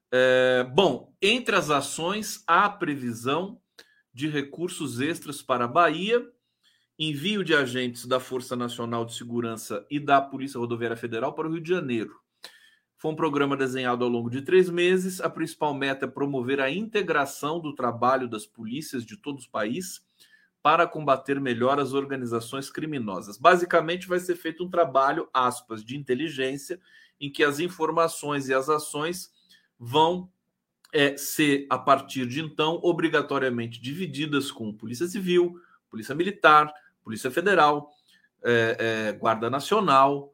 É, bom, entre as ações, há previsão de recursos extras para a Bahia, envio de agentes da Força Nacional de Segurança e da Polícia Rodoviária Federal para o Rio de Janeiro. Foi um programa desenhado ao longo de três meses. A principal meta é promover a integração do trabalho das polícias de todo o país para combater melhor as organizações criminosas. Basicamente, vai ser feito um trabalho, aspas, de inteligência, em que as informações e as ações vão é, ser, a partir de então, obrigatoriamente divididas com Polícia Civil, Polícia Militar, Polícia Federal, é, é, Guarda Nacional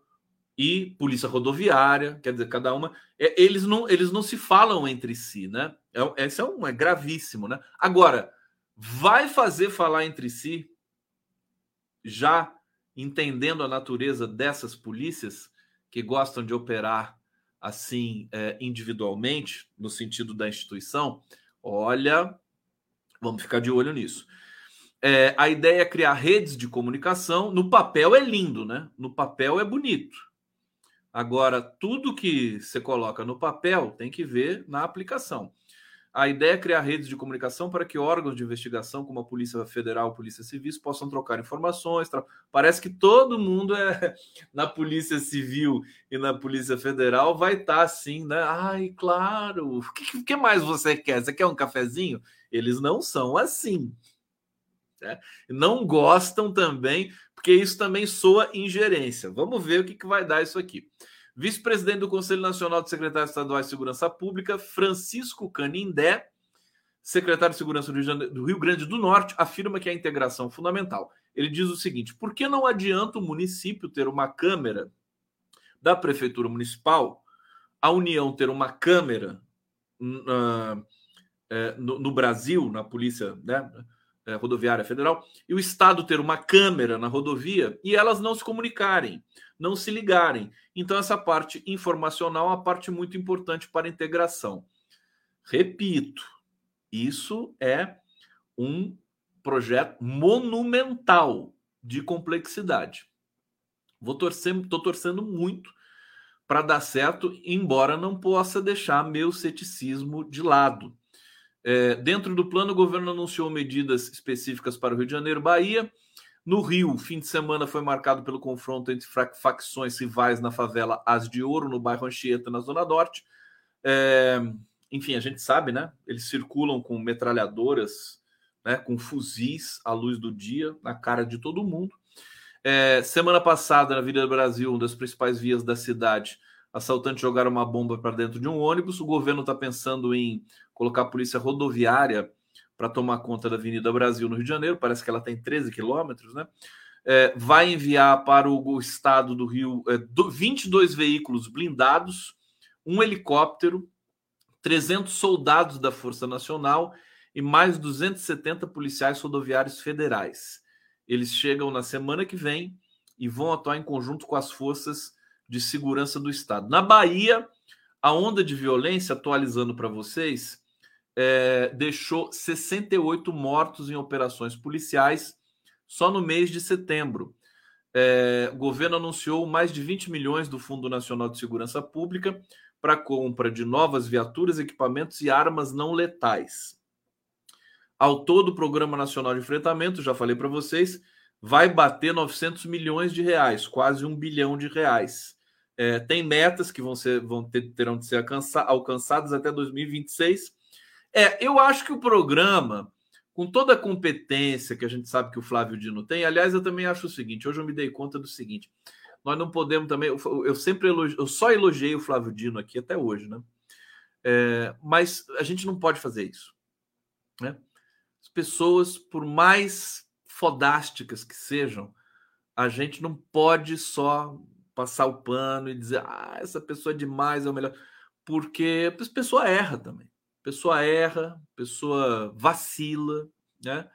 e Polícia Rodoviária, quer dizer, cada uma... É, eles, não, eles não se falam entre si, né? É, isso é, um, é gravíssimo, né? Agora, vai fazer falar entre si, já entendendo a natureza dessas polícias que gostam de operar assim, é, individualmente, no sentido da instituição? Olha, vamos ficar de olho nisso. É, a ideia é criar redes de comunicação. No papel é lindo, né? No papel é bonito. Agora, tudo que você coloca no papel tem que ver na aplicação. A ideia é criar redes de comunicação para que órgãos de investigação, como a Polícia Federal, a Polícia Civil, possam trocar informações. Tra... Parece que todo mundo é na Polícia Civil e na Polícia Federal vai estar assim, né? Ai, claro. O que, que mais você quer? Você quer um cafezinho? Eles não são assim. Né? Não gostam também, porque isso também soa ingerência. Vamos ver o que, que vai dar isso aqui. Vice-presidente do Conselho Nacional de Secretários Estaduais de Segurança Pública, Francisco Canindé, secretário de Segurança do Rio Grande do Norte, afirma que a integração é fundamental. Ele diz o seguinte: por que não adianta o município ter uma câmera da Prefeitura Municipal, a União ter uma câmera uh, uh, no, no Brasil, na Polícia, né, Rodoviária Federal, e o Estado ter uma câmera na rodovia e elas não se comunicarem, não se ligarem. Então, essa parte informacional é uma parte muito importante para a integração. Repito, isso é um projeto monumental de complexidade. Vou torcer, estou torcendo muito para dar certo, embora não possa deixar meu ceticismo de lado. É, dentro do plano, o governo anunciou medidas específicas para o Rio de Janeiro e Bahia. No Rio, o fim de semana foi marcado pelo confronto entre facções rivais na favela As de Ouro, no bairro Anchieta, na Zona Norte. É, enfim, a gente sabe, né? Eles circulam com metralhadoras, né, com fuzis à luz do dia, na cara de todo mundo. É, semana passada, na Avenida Brasil, uma das principais vias da cidade, assaltantes jogaram uma bomba para dentro de um ônibus. O governo está pensando em colocar a polícia rodoviária para tomar conta da Avenida Brasil no Rio de Janeiro. Parece que ela tem treze quilômetros, né? É, vai enviar para o estado do Rio é, vinte e dois veículos blindados, um helicóptero, trezentos soldados da Força Nacional e mais duzentos e setenta policiais rodoviários federais. Eles chegam na semana que vem e vão atuar em conjunto com as forças de segurança do Estado. Na Bahia, a onda de violência, atualizando para vocês, é, deixou sessenta e oito mortos em operações policiais só no mês de setembro. É, o governo anunciou mais de vinte milhões do Fundo Nacional de Segurança Pública para compra de novas viaturas, equipamentos e armas não letais. Ao todo, o Programa Nacional de Enfrentamento, já falei para vocês, vai bater novecentos milhões de reais, quase um bilhão de reais. É, tem metas que vão, ser, vão ter, terão de ser alcança, alcançadas até dois mil e vinte e seis. É, eu acho que o programa, com toda a competência que a gente sabe que o Flávio Dino tem, aliás, eu também acho o seguinte, hoje eu me dei conta do seguinte, nós não podemos também, eu, eu sempre elogi, eu só elogiei o Flávio Dino aqui até hoje, né? É, mas a gente não pode fazer isso, né? As pessoas, por mais fodásticas que sejam, a gente não pode só passar o pano e dizer, ah, essa pessoa é demais, é o melhor, porque a pessoa erra também. Pessoa erra, pessoa vacila, né?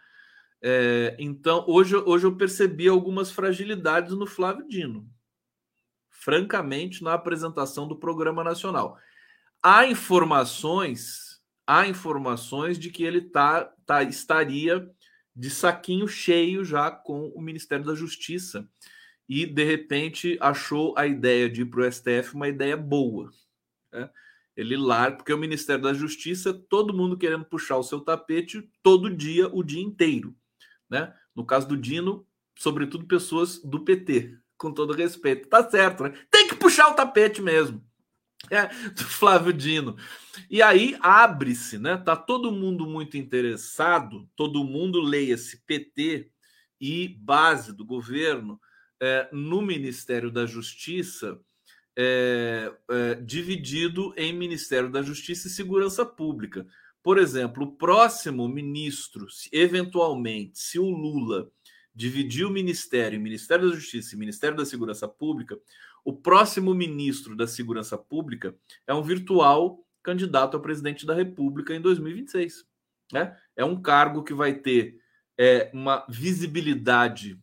É, então, hoje, hoje eu percebi algumas fragilidades no Flávio Dino, francamente, na apresentação do Programa Nacional. Há informações, há informações de que ele tá, tá, estaria de saquinho cheio já com o Ministério da Justiça e, de repente, achou a ideia de ir para o S T F uma ideia boa, né? Ele larga, porque o Ministério da Justiça, todo mundo querendo puxar o seu tapete todo dia, o dia inteiro, né? No caso do Dino, sobretudo pessoas do P T, com todo respeito. Tá certo, né? Tem que puxar o tapete mesmo. É, do Flávio Dino. E aí abre-se, né? Tá todo mundo muito interessado, todo mundo, leia-se P T e base do governo, é, no Ministério da Justiça, É, é, dividido em Ministério da Justiça e Segurança Pública. Por exemplo, o próximo ministro, se, eventualmente, se o Lula dividir o Ministério, Ministério da Justiça e Ministério da Segurança Pública, o próximo ministro da Segurança Pública é um virtual candidato a presidente da República em dois mil e vinte e seis. Né? É um cargo que vai ter é, uma visibilidade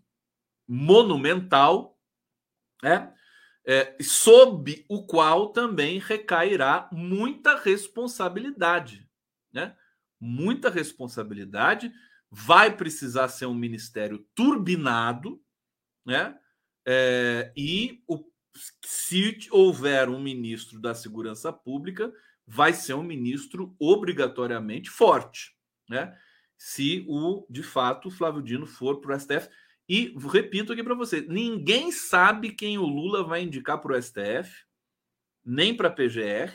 monumental, né? É, sob o qual também recairá muita responsabilidade, né? Muita responsabilidade vai precisar ser um ministério turbinado, né? É, e o, se houver um ministro da Segurança Pública, vai ser um ministro obrigatoriamente forte, né? Se o, de fato, o Flávio Dino for para o S T F. E repito aqui para você, ninguém sabe quem o Lula vai indicar para o S T F, nem para a P G R.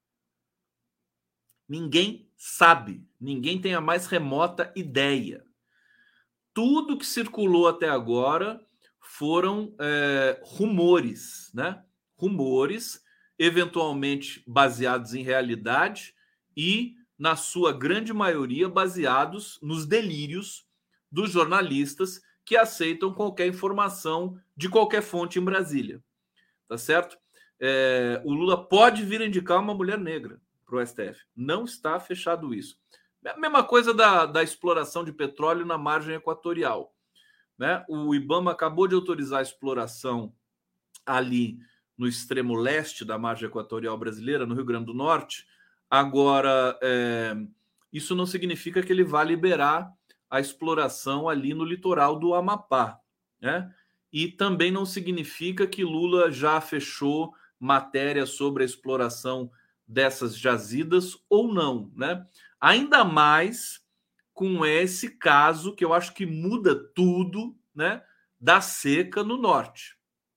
Ninguém sabe, ninguém tem a mais remota ideia. Tudo que circulou até agora foram é, rumores, né? Rumores, eventualmente baseados em realidade e, na sua grande maioria, baseados nos delírios dos jornalistas que aceitam qualquer informação de qualquer fonte em Brasília. Tá certo? É, o Lula pode vir indicar uma mulher negra para o S T F. Não está fechado isso. A mesma coisa da, da exploração de petróleo na margem equatorial, né? O IBAMA acabou de autorizar a exploração ali no extremo leste da margem equatorial brasileira, no Rio Grande do Norte. Agora, é, isso não significa que ele vá liberar a exploração ali no litoral do Amapá, né? E também não significa que Lula já fechou matéria sobre a exploração dessas jazidas ou não, né? Ainda mais com esse caso que eu acho que muda tudo, né, da seca no norte.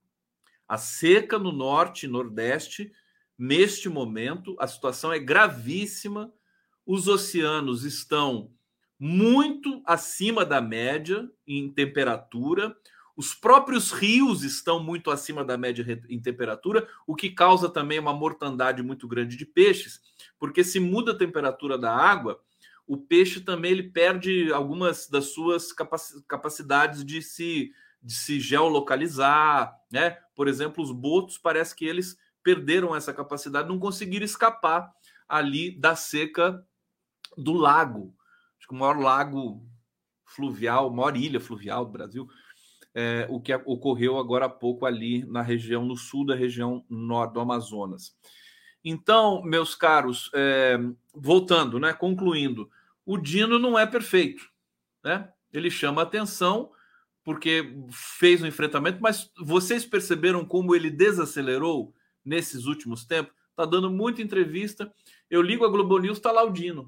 A seca no norte e nordeste, neste momento, a situação é gravíssima. Os oceanos estão muito acima da média em temperatura. Os próprios rios estão muito acima da média em temperatura, o que causa também uma mortandade muito grande de peixes, porque se muda a temperatura da água, o peixe também ele perde algumas das suas capacidades de se, de se geolocalizar, né? Por exemplo, os botos, parece que eles perderam essa capacidade, não conseguiram escapar ali da seca do lago. Acho que o maior lago fluvial, maior ilha fluvial do Brasil, É, o que ocorreu agora há pouco ali na região, no sul da região norte do Amazonas. Então, meus caros, é, voltando, né, concluindo, o Dino não é perfeito, né? Ele chama atenção porque fez um enfrentamento, mas vocês perceberam como ele desacelerou nesses últimos tempos? Tá dando muita entrevista. Eu ligo a Globo News, tá lá o Dino.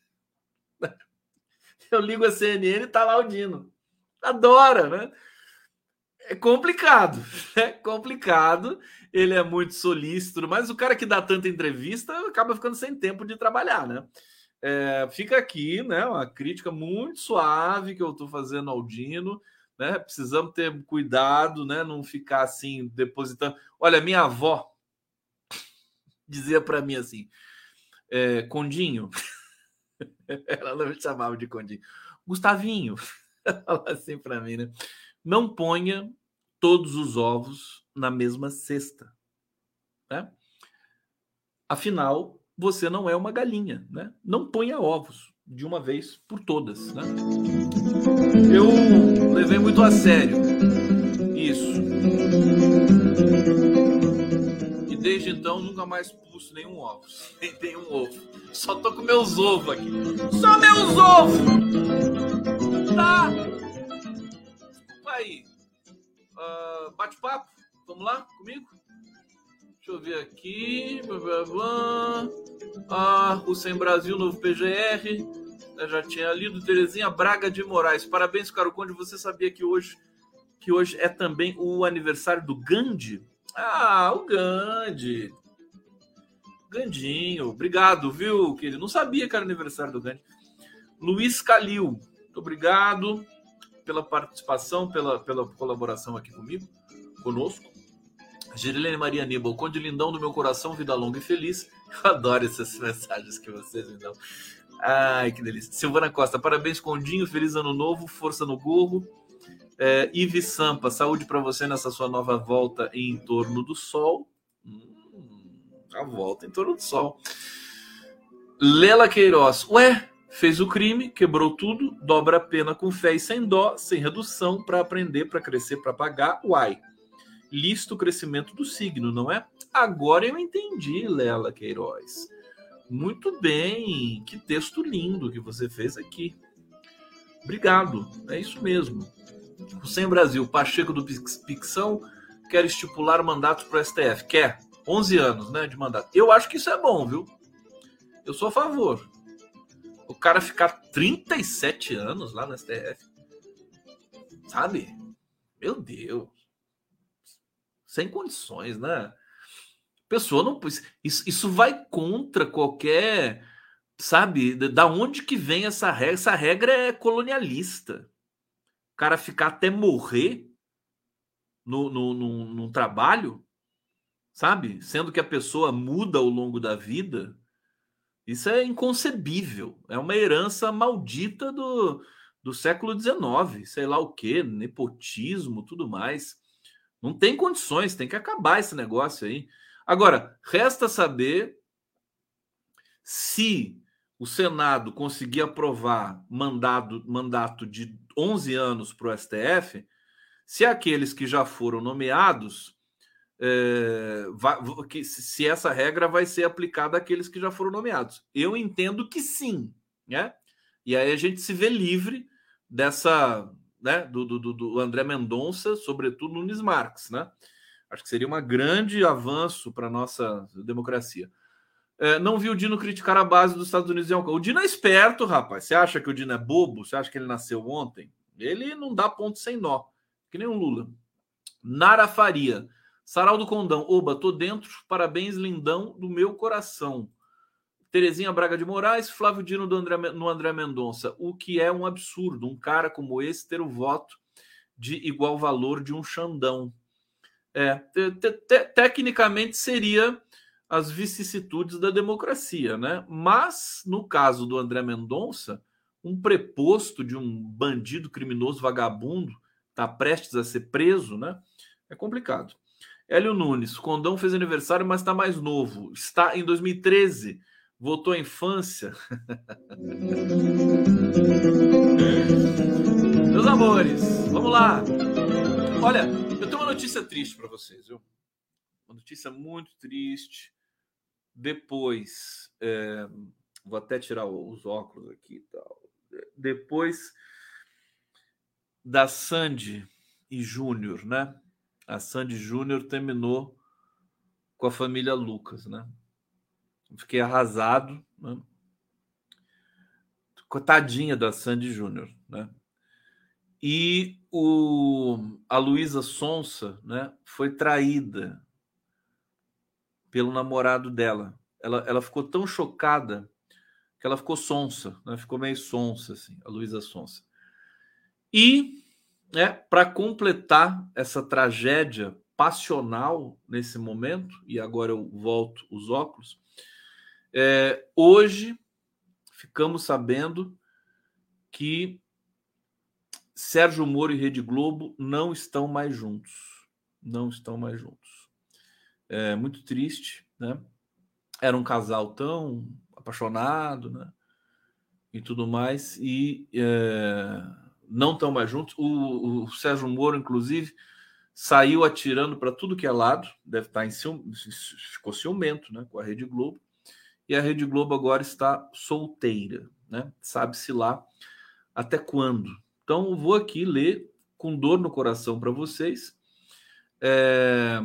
Eu ligo a C N N, tá lá o Dino. Adora, né? É complicado, é complicado. Ele é muito solícito, mas o cara que dá tanta entrevista acaba ficando sem tempo de trabalhar, né? É, fica aqui, né? Uma crítica muito suave que eu estou fazendo ao Dino, né? Precisamos ter cuidado, né? Não ficar assim depositando. Olha, minha avó dizia para mim assim, é, Condinho, ela não me chamava de Condinho, Gustavinho, ela assim para mim, né? Não ponha todos os ovos na mesma cesta, né? Afinal, você não é uma galinha, né? Não ponha ovos de uma vez por todas, né? Eu levei muito a sério isso. E desde então nunca mais pulso nenhum ovo, nem nenhum ovo. Só tô com meus ovos aqui. Só meus ovos! Tá? Aí. Uh, bate-papo, vamos lá comigo? Deixa eu ver aqui. Blá, blá, blá. Ah, o Sem Brasil, novo P G R. Eu já tinha lido. Terezinha Braga de Moraes. Parabéns, Caro Conde. Você sabia que hoje, que hoje é também o aniversário do Gandhi? Ah, o Gandhi. Gandinho. Obrigado, viu, querido? Não sabia que era aniversário do Gandhi. Luiz Calil. Muito obrigado pela participação, pela, pela colaboração aqui comigo, conosco. Girilene Maria Aníbal, Conde Lindão do meu coração, vida longa e feliz. Eu adoro essas mensagens que vocês me dão. Ai, que delícia. Silvana Costa, parabéns, Condinho, feliz ano novo, força no gorro. É, Ives Sampa, saúde para você nessa sua nova volta em torno do sol. Hum, a volta em torno do sol. Lela Queiroz, ué, fez o crime, quebrou tudo, dobra a pena com fé e sem dó, sem redução, para aprender, para crescer, para pagar. Uai, lista o crescimento do signo, não é? Agora eu entendi, Lela Queiroz. Muito bem, que texto lindo que você fez aqui. Obrigado, é isso mesmo. O Sem Brasil, Pacheco do Picção quer estipular mandatos para o S T F. Quer. onze anos, né, de mandato. Eu acho que isso é bom, viu? Eu sou a favor. O cara ficar trinta e sete anos lá no S T F. Sabe? Meu Deus. Sem condições, né? Pessoa não... Isso, isso vai contra qualquer... Sabe? Da onde que vem essa regra? Essa regra é colonialista. O cara ficar até morrer no, no, no, no trabalho, sabe? Sendo que a pessoa muda ao longo da vida. Isso é inconcebível. É uma herança maldita do, do século dezenove. Sei lá o quê, nepotismo, tudo mais. Não tem condições, tem que acabar esse negócio aí. Agora, resta saber se o Senado conseguir aprovar mandado, mandato de onze anos para o S T F, se aqueles que já foram nomeados, é, vai, que, se essa regra vai ser aplicada àqueles que já foram nomeados. Eu entendo que sim, né? E aí a gente se vê livre dessa, né, do, do, do André Mendonça, sobretudo Nunes Marques, né? Acho que seria um grande avanço para a nossa democracia. É, não vi o Dino criticar a base dos Estados Unidos. O Dino é esperto, rapaz. Você acha que o Dino é bobo? Você acha que ele nasceu ontem? Ele não dá ponto sem nó, que nem o Lula. Nara Faria. Saraldo Condão. Oba, tô dentro. Parabéns, lindão do meu coração. Terezinha Braga de Moraes. Flávio Dino do André, no André Mendonça. O que é um absurdo. Um cara como esse ter o voto de igual valor de um Xandão. É, te, te, te, tecnicamente seria as vicissitudes da democracia, né? Mas, no caso do André Mendonça, um preposto de um bandido criminoso vagabundo está prestes a ser preso, né? É complicado. Hélio Nunes, Condão fez aniversário, mas está mais novo. Está em dois mil e treze. Voltou à infância. Meus amores, vamos lá. Olha, eu tenho uma notícia triste para vocês, viu? Uma notícia muito triste. Depois, é, vou até tirar os óculos aqui e tal. Depois da Sandy e Júnior, né? A Sandy Júnior terminou com a família Lucas, né? Fiquei arrasado, né? Coitadinha da Sandy Júnior, né? E o, a Luísa Sonsa, né, foi traída pelo namorado dela. Ela, ela ficou tão chocada que ela ficou sonsa, né? Ficou meio sonsa, assim, a Luísa Sonsa. E, né, para completar essa tragédia passional nesse momento, e agora eu volto os óculos, é, hoje ficamos sabendo que Sérgio Moro e Rede Globo não estão mais juntos. Não estão mais juntos. É muito triste, né? Era um casal tão apaixonado, né? E tudo mais, e é, não estão mais juntos. O, o Sérgio Moro, inclusive, saiu atirando para tudo que é lado, deve estar em cium, ficou ciumento, né, com a Rede Globo, e a Rede Globo agora está solteira, né? Sabe-se lá até quando. Então, vou aqui ler com dor no coração para vocês. É,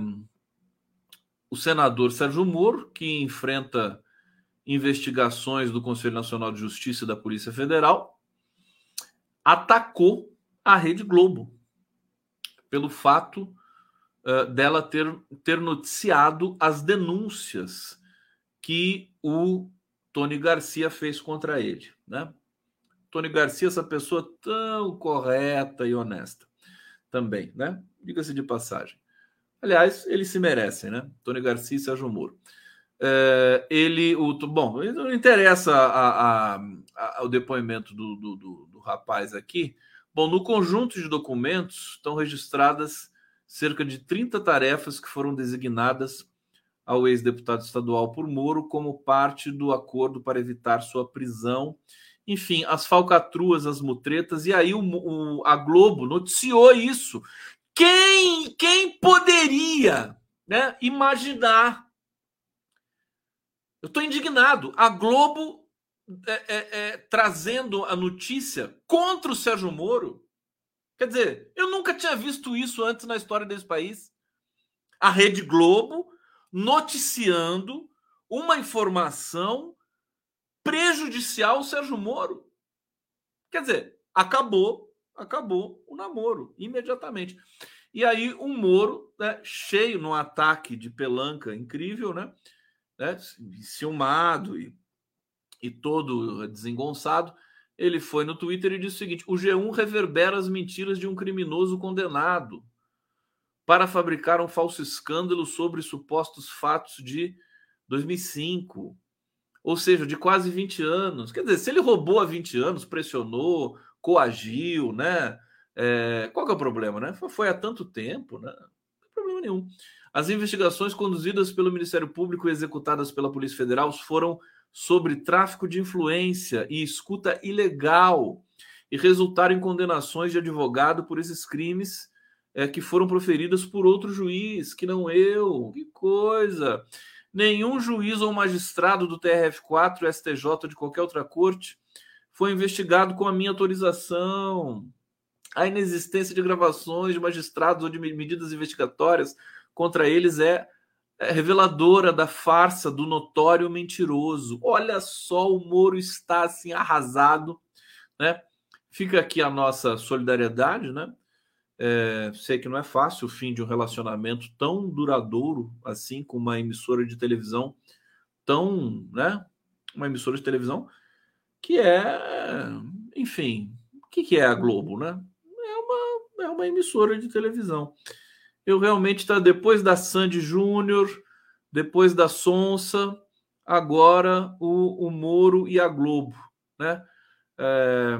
o senador Sérgio Moro, que enfrenta investigações do Conselho Nacional de Justiça e da Polícia Federal, atacou a Rede Globo pelo fato uh, dela ter, ter noticiado as denúncias que o Tony Garcia fez contra ele, né? Tony Garcia, essa pessoa tão correta e honesta também, né? Diga-se de passagem. Aliás, eles se merecem, né? Tony Garcia e Sérgio Moro. É, ele, o, bom, não interessa a, a, a, o depoimento do, do, do, do rapaz aqui. Bom, no conjunto de documentos estão registradas cerca de trinta tarefas que foram designadas ao ex-deputado estadual por Moro como parte do acordo para evitar sua prisão. Enfim, as falcatruas, as mutretas, e aí o, o, a Globo noticiou isso. Quem, quem poderia, né, imaginar? Eu estou indignado. A Globo é, é, é, trazendo a notícia contra o Sérgio Moro. Quer dizer, eu nunca tinha visto isso antes na história desse país. A Rede Globo noticiando uma informação prejudicial ao Sérgio Moro. Quer dizer, acabou, acabou o namoro imediatamente. E aí o Moro, né, cheio num ataque de pelanca incrível, né, né ciumado e, e todo desengonçado, ele foi no Twitter e disse o seguinte: o G um reverbera as mentiras de um criminoso condenado para fabricar um falso escândalo sobre supostos fatos de dois mil e cinco, ou seja, de quase vinte anos. Quer dizer, se ele roubou há vinte anos, pressionou, coagiu, né? É, qual que é o problema, né? Foi, foi há tanto tempo, né? Não tem problema nenhum. As investigações conduzidas pelo Ministério Público e executadas pela Polícia Federal foram sobre tráfico de influência e escuta ilegal e resultaram em condenações de advogado por esses crimes é, que foram proferidas por outro juiz, que não eu. Que coisa! Nenhum juiz ou magistrado do T R F quatro, S T J ou de qualquer outra corte foi investigado com a minha autorização. A inexistência de gravações de magistrados ou de medidas investigatórias contra eles é, é reveladora da farsa do notório mentiroso. Olha só, o Moro está assim arrasado, né? Fica aqui a nossa solidariedade, né? É, sei que não é fácil o fim de um relacionamento tão duradouro assim com uma emissora de televisão tão, né? Uma emissora de televisão que é, enfim, o que, que é a Globo, né? É uma, é uma emissora de televisão. Eu realmente tá depois da Sandy Júnior, depois da Sonsa, agora o, o Moro e a Globo, né? É,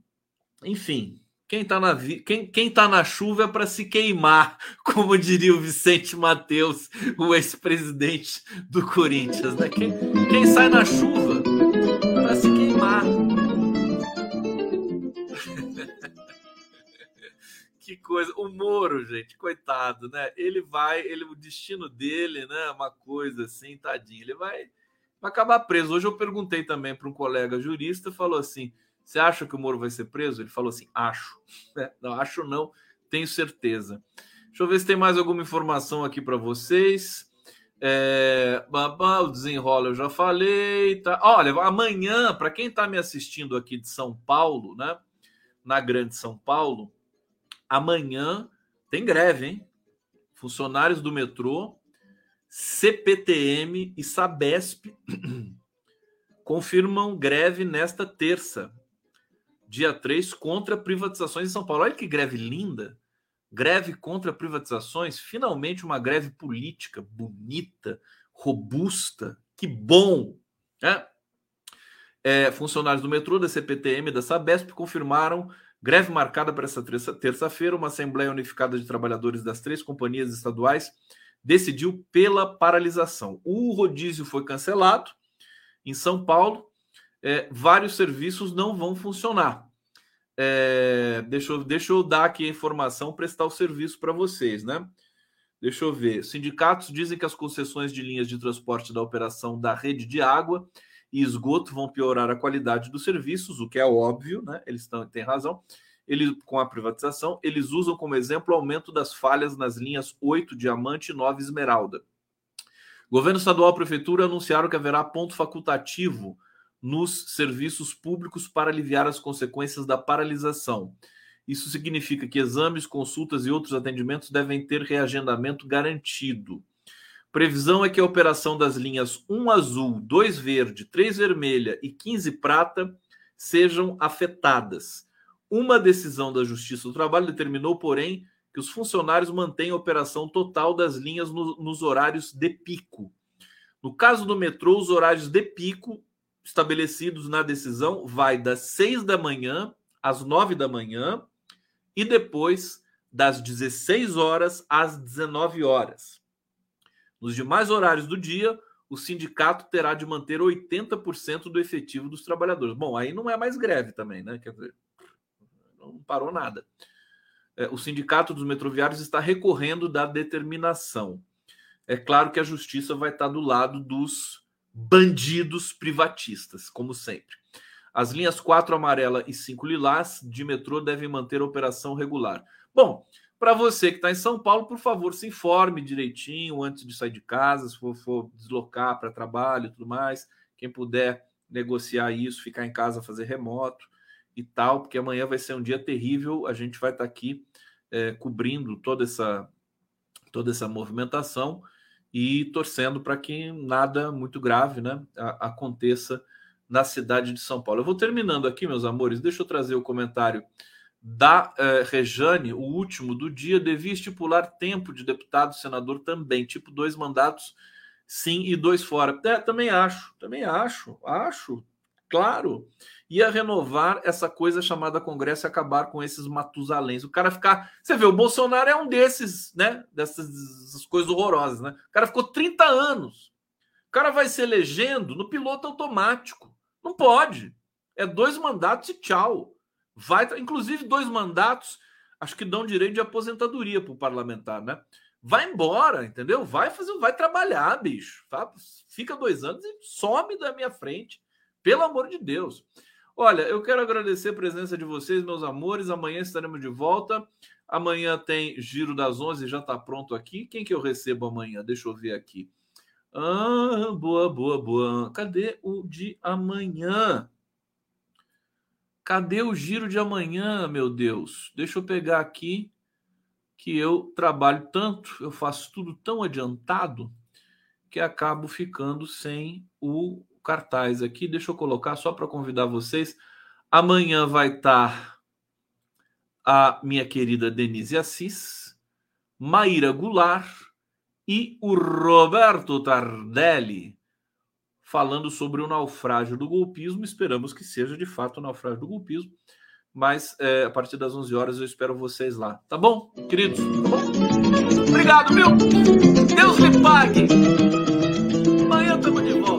enfim. Quem tá na, vi... quem, quem tá na chuva é para se queimar, como diria o Vicente Mateus, o ex-presidente do Corinthians, né? Quem, quem sai na chuva para se queimar. Que coisa. O Moro, gente, coitado, né? Ele vai, ele, o destino dele, né? Uma coisa assim, tadinho. Ele vai, vai acabar preso. Hoje eu perguntei também para um colega jurista, falou assim: você acha que o Moro vai ser preso? Ele falou assim: acho. É, não, acho não, tenho certeza. Deixa eu ver se tem mais alguma informação aqui para vocês. É, babá, o desenrola eu já falei. Tá? Olha, amanhã, para quem está me assistindo aqui de São Paulo, né? Na Grande São Paulo, amanhã tem greve, hein? Funcionários do metrô, C P T M e Sabesp confirmam greve nesta terça, dia três, contra privatizações em São Paulo. Olha que greve linda. Greve contra privatizações, finalmente uma greve política, bonita, robusta. Que bom! Né? É, funcionários do metrô, da C P T M e da Sabesp confirmaram greve marcada para essa terça-feira. Uma Assembleia Unificada de Trabalhadores das três companhias estaduais decidiu pela paralisação. O rodízio foi cancelado em São Paulo. É, vários serviços não vão funcionar. É, deixa, eu, deixa eu dar aqui a informação, prestar o serviço para vocês, né? Deixa eu ver. Sindicatos dizem que as concessões de linhas de transporte da operação da rede de água e esgoto vão piorar a qualidade dos serviços, o que é óbvio, né? Eles tão, têm razão. Eles, com a privatização, eles usam como exemplo o aumento das falhas nas linhas oito, Diamante e nove, Esmeralda. Governo estadual e prefeitura anunciaram que haverá ponto facultativo nos serviços públicos para aliviar as consequências da paralisação. Isso significa que exames, consultas e outros atendimentos devem ter reagendamento garantido. Previsão é que a operação das linhas um azul, dois verde, três vermelha e quinze prata sejam afetadas. Uma decisão da Justiça do Trabalho determinou, porém, que os funcionários mantenham a operação total das linhas no, nos horários de pico. No caso do metrô, os horários de pico estabelecidos na decisão vai das seis da manhã às nove da manhã e depois das dezesseis horas às dezenove horas. Nos demais horários do dia, o sindicato terá de manter oitenta por cento do efetivo dos trabalhadores. Bom, aí não é mais greve também, né? Quer dizer, não parou nada. É, o sindicato dos metroviários está recorrendo da determinação. É claro que a justiça vai estar do lado dos bandidos privatistas, como sempre. As linhas quatro amarela e cinco lilás de metrô devem manter a operação regular. Bom, para você que está em São Paulo, por favor, se informe direitinho antes de sair de casa, se for, for deslocar para trabalho e tudo mais. Quem puder negociar isso, ficar em casa, fazer remoto e tal, porque amanhã vai ser um dia terrível. A gente vai estar tá aqui é, cobrindo toda essa, toda essa movimentação e torcendo para que nada muito grave, né, a, aconteça na cidade de São Paulo. Eu vou terminando aqui, meus amores. Deixa eu trazer o comentário da eh, Rejane, o último do dia. Devia estipular tempo de deputado, senador também, tipo dois mandatos sim e dois fora. É, também acho, também acho, acho, claro. Ia renovar essa coisa chamada Congresso e acabar com esses Matusaléns. O cara ficar... Você vê, o Bolsonaro é um desses, né? Dessas, dessas coisas horrorosas, né? O cara ficou trinta anos. O cara vai se elegendo no piloto automático. Não pode. É dois mandatos e tchau. Vai, inclusive, dois mandatos, acho que dão direito de aposentadoria para o parlamentar, né? Vai embora, entendeu? Vai fazer, vai trabalhar, bicho. Tá? Fica dois anos e some da minha frente. Pelo amor de Deus. Olha, eu quero agradecer a presença de vocês, meus amores. Amanhã estaremos de volta. Amanhã tem Giro das onze, já está pronto aqui. Quem que eu recebo amanhã? Deixa eu ver aqui. Ah, boa, boa, boa. Cadê o de amanhã? Cadê o giro de amanhã, meu Deus? Deixa eu pegar aqui, que eu trabalho tanto, eu faço tudo tão adiantado, que acabo ficando sem o cartaz aqui. Deixa eu colocar só para convidar vocês. Amanhã vai estar a minha querida Denise Assis, Maíra Goulart e o Roberto Tardelli, falando sobre o naufrágio do golpismo. Esperamos que seja de fato o naufrágio do golpismo, mas é, a partir das onze horas eu espero vocês lá. Tá bom, queridos? Tá bom? Obrigado, viu? Deus lhe pague. Amanhã estamos de volta.